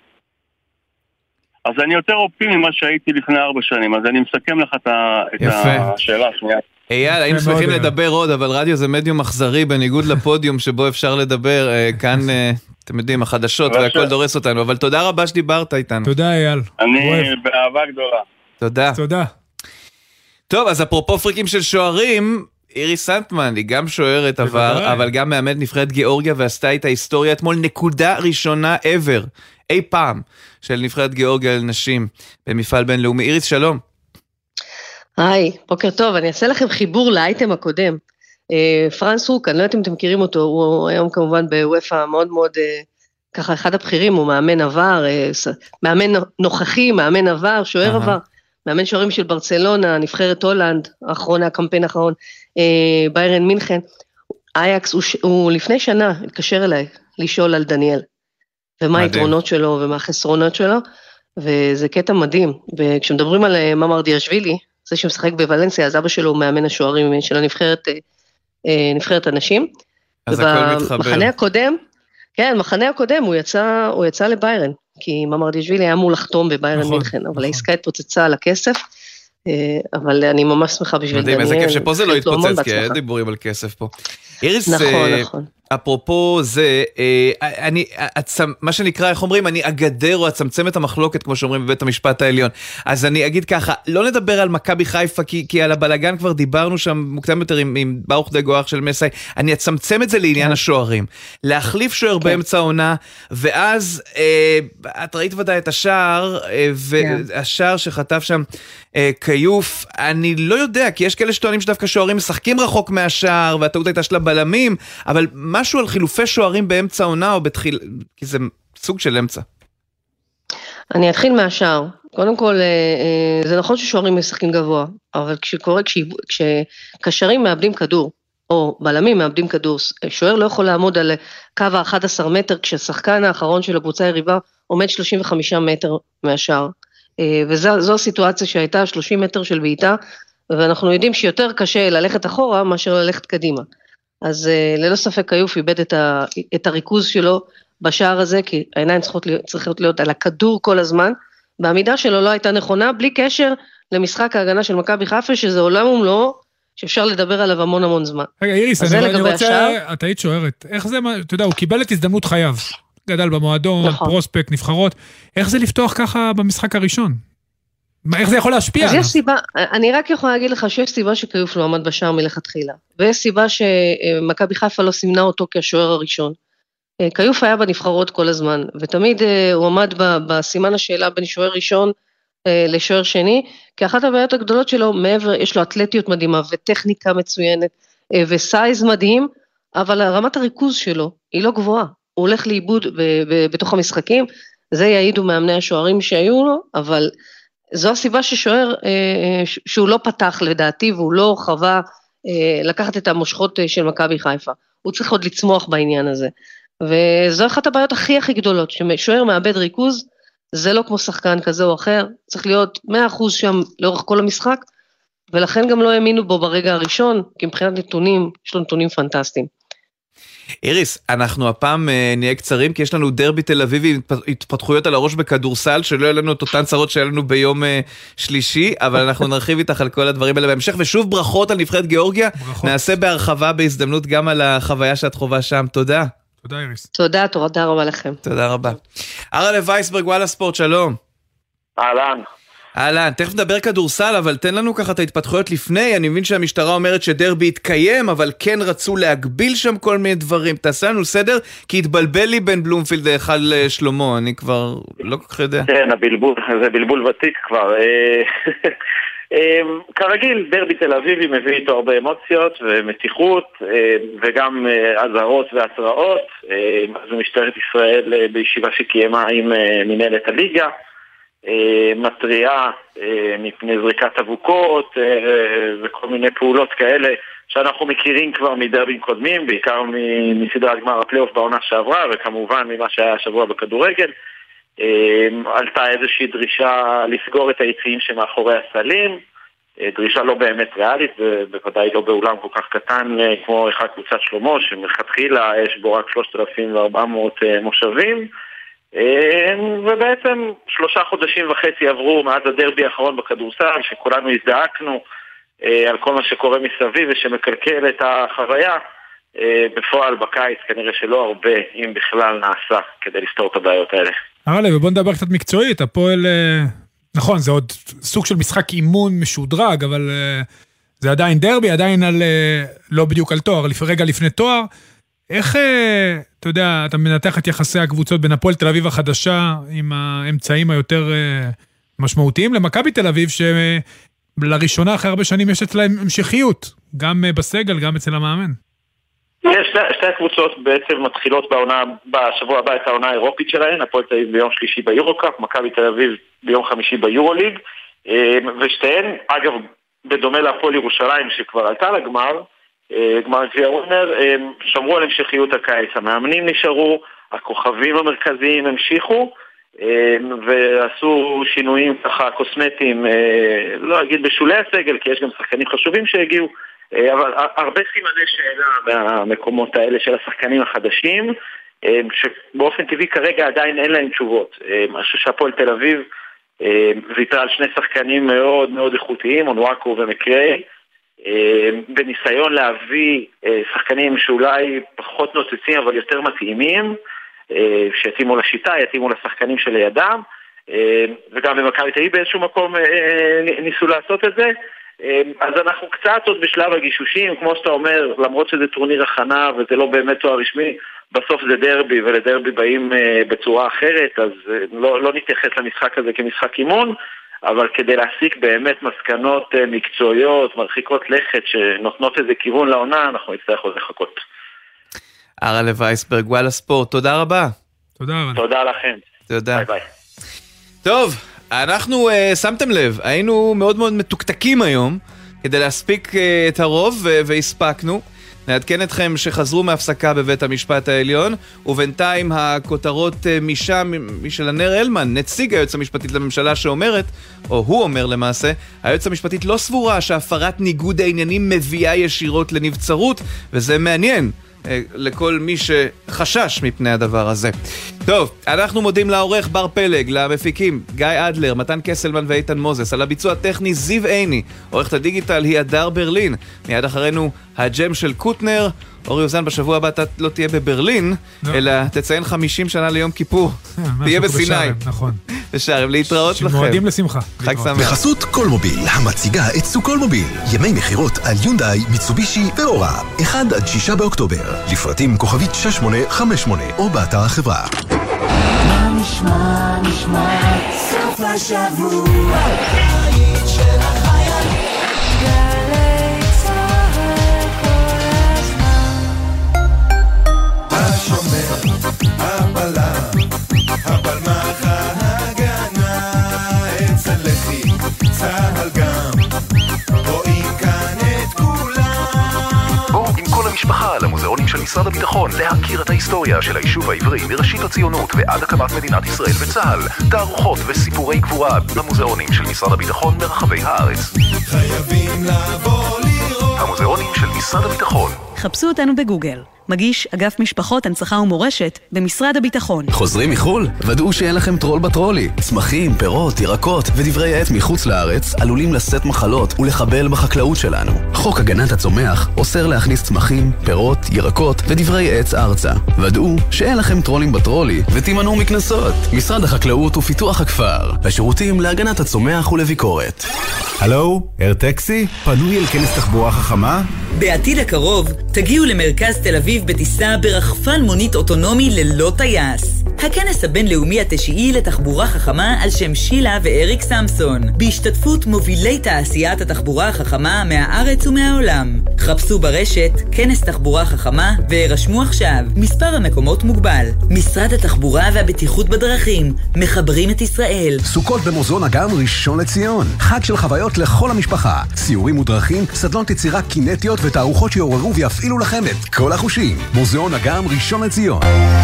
אז אני יותר אופטימי ממה שהייתי לפני 4 שנים, אז אני מסכם לך את השאלה השנייה. אייל, היינו שמחים לדבר עוד, אבל רדיו זה מדיום אכזרי בניגוד לפודיום שבו אפשר לדבר, כאן, אתם יודעים, החדשות והכל דורס אותנו, אבל תודה רבה שדיברת איתנו. תודה אייל. אני באהבה גדולה. תודה. תודה. טוב, אז אפרופו פריקים של שוערים, איריס סנטמן היא גם שוערת עבר, אבל גם מאמנת נבחרת גיאורגיה ועשתה את ההיסטוריה אתמול, נקודה ראשונה ever, אי פעם, של נבחרת גיאורגיה לנשים במפעל בינלאומי. איריס, שלום. היי, בוקר טוב, אני אעשה לכם חיבור לאייטם הקודם. פרנס רוק, אני לא יודעת אם אתם מכירים אותו, הוא היום כמובן בוופא מאוד מאוד, ככה אחד הבכירים, הוא מאמן עבר, מאמן נוכחי, מאמן עבר, שוער עבר, מאמן שוערים של ברצלונה, נבחרת הולנד, האחרון, הקמפיין האחרון, ביירן מינכן. אייקס, הוא לפני שנה התקשר אליי לשאול על דניאל, ומה היתרונות שלו ומה החסרונות שלו, וזה קטע מדהים. וכשמדברים על ממרדיאשווילי, זה שמשחק בוולנסיה, אז אבא שלו הוא מאמן השוערים של נבחרת הנשים. אז הכל מתחבר. במחנה הקודם, כן, מחנה הקודם הוא יצא לביירן, כי ממרדיאשווילי היה אמור לחתום בביירן מינכן, אבל העסקה התפוצצה על הכסף, אבל אני ממש שמחה בשביל דניאל. מדהים, איזה כיף שפה זה לא התפוצץ, כי היה דיבורים על כסף פה. איריס, נכון. אפרופו זה, מה שנקרא, איך אומרים, אני אגדר או אצמצם את המחלוקת, כמו שאומרים בבית המשפט העליון. אז אני אגיד ככה, לא נדבר על מכבי חיפה, כי על הבלגן כבר דיברנו שם מוקדם יותר עם ברוך דגו אח של מסי, אני אצמצם את זה לעניין השוערים. להחליף שוער באמצע העונה, ואז את ראית ודאי את השער, והשער שחטף שם קיוף, אני לא יודע, כי יש כאלה שטוענים שדווקא שוערים משחקים רחוק מהשער, והטעות הייתה של הבלמים, אבל משהו על חילופי שוערים באמצע עונה, או כי זה סוג של אמצע. אני אתחיל מהשער. קודם כל, זה נכון ששוערים משחקים גבוה, אבל כשקשרים מאבדים כדור, או בלמים מאבדים כדור, שוער לא יכול לעמוד על קו ה-11 מטר, כשהשחקן האחרון של הקבוצה היריבה עומד 35 מטר מהשער. וזו הסיטואציה שהייתה 30 מטר של בעיטה, ואנחנו יודעים שיותר קשה ללכת אחורה מאשר ללכת קדימה. אז ללא ספק קיוף איבד את הריכוז שלו בשער הזה, כי העיניים צריכות להיות על הכדור כל הזמן, בעמידה שלו לא הייתה נכונה, בלי קשר למשחק ההגנה של מכבי חיפה, שזה עולם ומלואו, שאפשר לדבר עליו המון המון זמן. רגע, איריס, אני רוצה, את היית שוערת, איך זה, אתה יודע, הוא קיבל את הזדמנות חייו, גדל במועדון, פרוספקט, נבחרות, איך זה לפתוח ככה במשחק הראשון? איך זה יכול להשפיע? אז יש סיבה, אני רק יכולה להגיד לך שיש סיבה שקיוף לא עמד בשער מלכתחילה, ויש סיבה שמכבי חיפה לא סימנה אותו כשוער הראשון. קיוף היה בנבחרות כל הזמן, ותמיד הוא עמד בסימן השאלה בין שוער ראשון לשוער שני, כי אחת הבעיות הגדולות שלו, מעבר, יש לו אתלטיות מדהימה, וטכניקה מצוינת, וסייז מדהים, אבל רמת הריכוז שלו היא לא גבוהה, הוא הולך לאיבוד בתוך המשחקים, זה יעידו מאמני השוערים שהיו לו, אבל זו הסיבה ששוער, שהוא לא פתח לדעתי, והוא לא חווה לקחת את המושכות של מכבי חיפה, הוא צריך עוד לצמוח בעניין הזה, וזו אחת הבעיות הכי גדולות, ששוער מאבד ריכוז, זה לא כמו שחקן כזה או אחר, צריך להיות 100% שם לאורך כל המשחק, ולכן גם לא האמינו בו ברגע הראשון, כי מבחינת נתונים, יש לו נתונים פנטסטיים. איריס, אנחנו הפעם נהיה קצרים, כי יש לנו דרבי תל אביבי, התפתחויות על הראש בכדורסל, שלא יהיה לנו את אותן צרות שהיה לנו ביום שלישי, אבל אנחנו נרחיב איתך על כל הדברים האלה בהמשך, ושוב ברכות על נבחרת גיאורגיה, נעשה בהרחבה בהזדמנות גם על החוויה שאת חובה שם, תודה. תודה איריס. תודה רבה לכם. תודה רבה. ארלה וייסברג, וואלה ספורט, שלום. אהלן, תכף נדבר כדורסל, אבל תן לנו ככה את ההתפתחויות לפני, אני מבין שהמשטרה אומרת שדרבי התקיים, אבל כן רצו להגביל שם כל מיני דברים, תעשה לנו סדר, כי התבלבל לי בין בלומפילד לאחל שלמה, אני כבר לא כל כך יודע. כן, זה בלבול ותיק כבר. כרגיל, דרבי תל אביבי מביא איתו הרבה אמוציות ומתיחות וגם אזהרות והתראות. אז משטרת ישראל בישיבה שקיימה עם מנהלת הליגה מטריעה מפני זריקת אבוקות וכל מיני פעולות כאלה שאנחנו מכירים כבר מדרבים קודמים, בעיקר מסדרת גמר הפלייאוף בעונה שעברה וכמובן ממה שהיה השבוע בכדורגל. עלתה איזושהי דרישה לסגור את היציעים שמאחורי הסלים, דרישה לא באמת ריאלית ובוודאי לא באולם כל כך קטן כמו אחד קבוצת שלמה שמלכתחילה יש בו רק 3,400 מושבים, ובעצם 3.5 חודשים עברו מאז הדרבי האחרון בכדורסל שכולנו הזדעקנו על כל מה שקורה מסביב ושמקלקל את החוויה. בפועל בקיץ כנראה שלא הרבה אם בכלל נעשה כדי לפתור את הבעיות האלה. ארלה, ובוא נדבר קצת מקצועית, הפועל, נכון, זה עוד סוג של משחק אימון משודרג, אבל זה עדיין דרבי, עדיין על, לא בדיוק על תואר, רגע לפני תואר. איך, אתה יודע, אתה מנתח את יחסי הקבוצות בין הפועל תל אביב החדשה, עם האמצעים היותר משמעותיים, למכבי תל אביב, שלראשונה אחרי הרבה שנים יש אצלהם המשכיות, גם בסגל, גם אצל המאמן. שתי הקבוצות בעצם מתחילות בשבוע הבא את העונה האירופית שלהן, הפועל תל אביב ביום שלישי ביורוקאפ, מכבי תל אביב ביום חמישי ביורוליג, ושתיהן, אגב, בדומה להפועל ירושלים שכבר עלתה לגמר, גמר גביע ווינר, שמרו על המשכיות הקיץ, המאמנים נשארו, הכוכבים המרכזיים המשיכו, ועשו שינויים ככה קוסמטיים, לא אגיד בשולי הסגל, כי יש גם שחקנים חשובים שהגיעו, אבל הרבה סימני שאלה מהמקומות האלה של השחקנים החדשים, שבאופן טבעי כרגע עדיין אין להם תשובות. אני חושב שהפועל תל אביב ויתרה על שני שחקנים מאוד מאוד איכותיים, אונואקו ומקריי, בניסיון להביא שחקנים שאולי פחות נוצצים אבל יותר מתאימים, שיתאימו לשיטה, יתאימו לשחקנים שלידם, וגם במכבי תל אביב באיזשהו מקום ניסו לעשות את זה. אז אנחנו קצת עוד בשלב הגישושים, כמו שאתה אומר, למרות שזה טורניר הכנה וזה לא באמת תואר רשמי, בסוף זה דרבי ולדרבי באים בצורה אחרת, אז לא נתייחס למשחק הזה כמשחק אימון, אבל כדי להסיק באמת מסקנות מקצועיות, מרחיקות לכת, שנותנות איזה כיוון לעונה, אנחנו נצטרך עוד לחכות. ארלה וייסברג, וואלה ספורט, תודה רבה. תודה לכם. תודה. ביי ביי. טוב, אנחנו, שמתם לב, היינו מאוד מאוד מתוקתקים היום, כדי להספיק את הרוב, והספקנו. נעדכן אתכם שחזרו מהפסקה בבית המשפט העליון, ובינתיים הכותרות משם, משל הנר אלמן, נציג היועץ המשפטית לממשלה שאומרת, או הוא אומר למעשה, היועץ המשפטית לא סבורה שהפרת ניגוד העניינים מביאה ישירות לנבצרות, וזה מעניין לכל מי שחשש מפני הדבר הזה. טוב, אנחנו מודים לעורך בר פלג, למפיקים גיא אדלר, מתן קסלמן ואיתן מוזס, על הביצוע הטכני זיו עיני, עורכת הדיגיטל היא הדר ברלין, מיד אחרינו הג'ם של קוטנר. אורי אוזן, בשבוע הבא אתה לא תהיה בברלין, אלא תציין 50 שנה ליום כיפור, תהיה בסיני. נכון. בשערים, להתראות לכם. שמועדים לשמחה. חג שמח. בחסות קולמוביל, המציגה את סוכולמוביל. ימי מחירות על יונדאי, מיצובישי ואורה. 1-6 באוקטובר. לפרטים כוכבית 6858 או באתר החברה. מה נשמע, סוף השבוע, הקיץ של החייל. גלי צהל כל הזמן. השומר, הבלם, הבלמח ההגנה, אצל לחי, צהל גם, רואים כאן את כולם. בואו עם כל המשפחה למוזיאונים של משרד הביטחון להכיר את ההיסטוריה של היישוב העברי מראשית הציונות ועד הקמת מדינת ישראל וצה"ל, תערוכות וסיפורי גבורה במוזיאונים של משרד הביטחון ברחבי הארץ. חייבים לבוא לראות. המוזיאונים של משרד הביטחון. חפשו אותנו בגוגל. מגיש אגף משפחות, הנצחה ומורשת במשרד הביטחון. חוזרים מחול? ודאו שאין לכם טרול בטרולי. צמחים, פירות, ירקות ודברי עץ מחוץ לארץ עלולים לשאת מחלות ולחבל בחקלאות שלנו. חוק הגנת הצומח אוסר להכניס צמחים, פירות, ירקות ודברי עץ ארצה. ודאו שאין לכם טרולים בטרולי ותימנעו מכנסות. משרד החקלאות ופיתוח הכפר. השירותים להגנת הצומח ולביקורת. הלו, ארטקסי? פנוי אל כנס תחבורה חכמה? בעתיד הקרוב תגיעו למרכז תל אביב בטיסה ברחפן מונית אוטונומי ללא טייס. הכנס הבינלאומי התשיעי לתחבורה חכמה על שם שילה ואריק סמסון, בהשתתפות מובילי תעשיית התחבורה החכמה מהארץ ומהעולם. חפשו ברשת כנס תחבורה חכמה והירשמו עכשיו. מספר המקומות מוגבל. משרד התחבורה והבטיחות בדרכים, מחברים את ישראל. סוכות במוזיאון אגם ראשון לציון. חג של חוויות לכל המשפחה. סיורים ודרכים, סדלון יצירה קינטיות ותערוכות שיעוררו ויפעילו לכם את כל החושים. מוזיאון אגם ראשון לציון.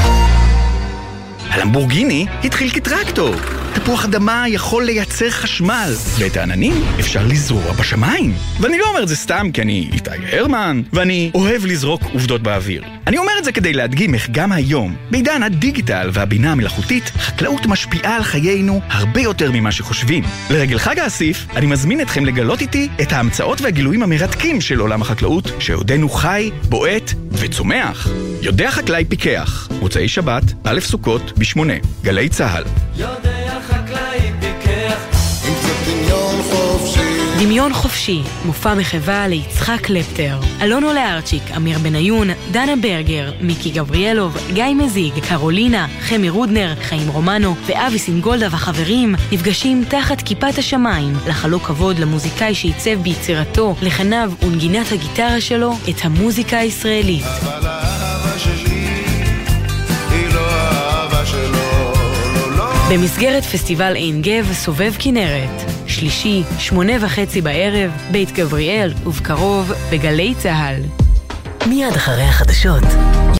הלמבורגיני התחיל כטרקטור. תפוח אדמה יכול לייצר חשמל, ואת העננים אפשר לזרוע בשמיים. ואני לא אומר את זה סתם כי אני איתי הרמן, ואני אוהב לזרוק עובדות באוויר. אני אומר את זה כדי להדגים איך גם היום, בעידן הדיגיטל והבינה המלאכותית, חקלאות משפיעה על חיינו הרבה יותר ממה שחושבים. לרגל חג האסיף, אני מזמין אתכם לגלות איתי את ההמצאות והגילויים המרתקים של עולם החקלאות, שעודנו חי, בועט וצומח. יודע חקלאי פיקח, מוצאי שבת, א' סוכות, ב8, גלי צהל. יודע חקלאי פיקח, עם קצת דמיון חופשי. דמיון חופשי, מופע מחווה ליצחק קלפטר. אלונו לארצ'יק, אמיר בניון, דנה ברגר, מיקי גבריאלוב, גיא מזיג, קרולינה, חמי רודנר, חיים רומנו ואבי סינגולדה וחברים נפגשים תחת כיפת השמיים לחלוק כבוד למוזיקאי שעיצב ביצירתו, לחניו ונגינת הגיטרה שלו את המוזיקה הישראלית. אבל האהבה שלי היא לא האהבה שלו, לא. במסגרת פסטיבל עין גב סובב כנרת, שלישי, 8:30 בערב, בית גבריאל, ובקרוב בגלי צהל. מיד אחרי החדשות.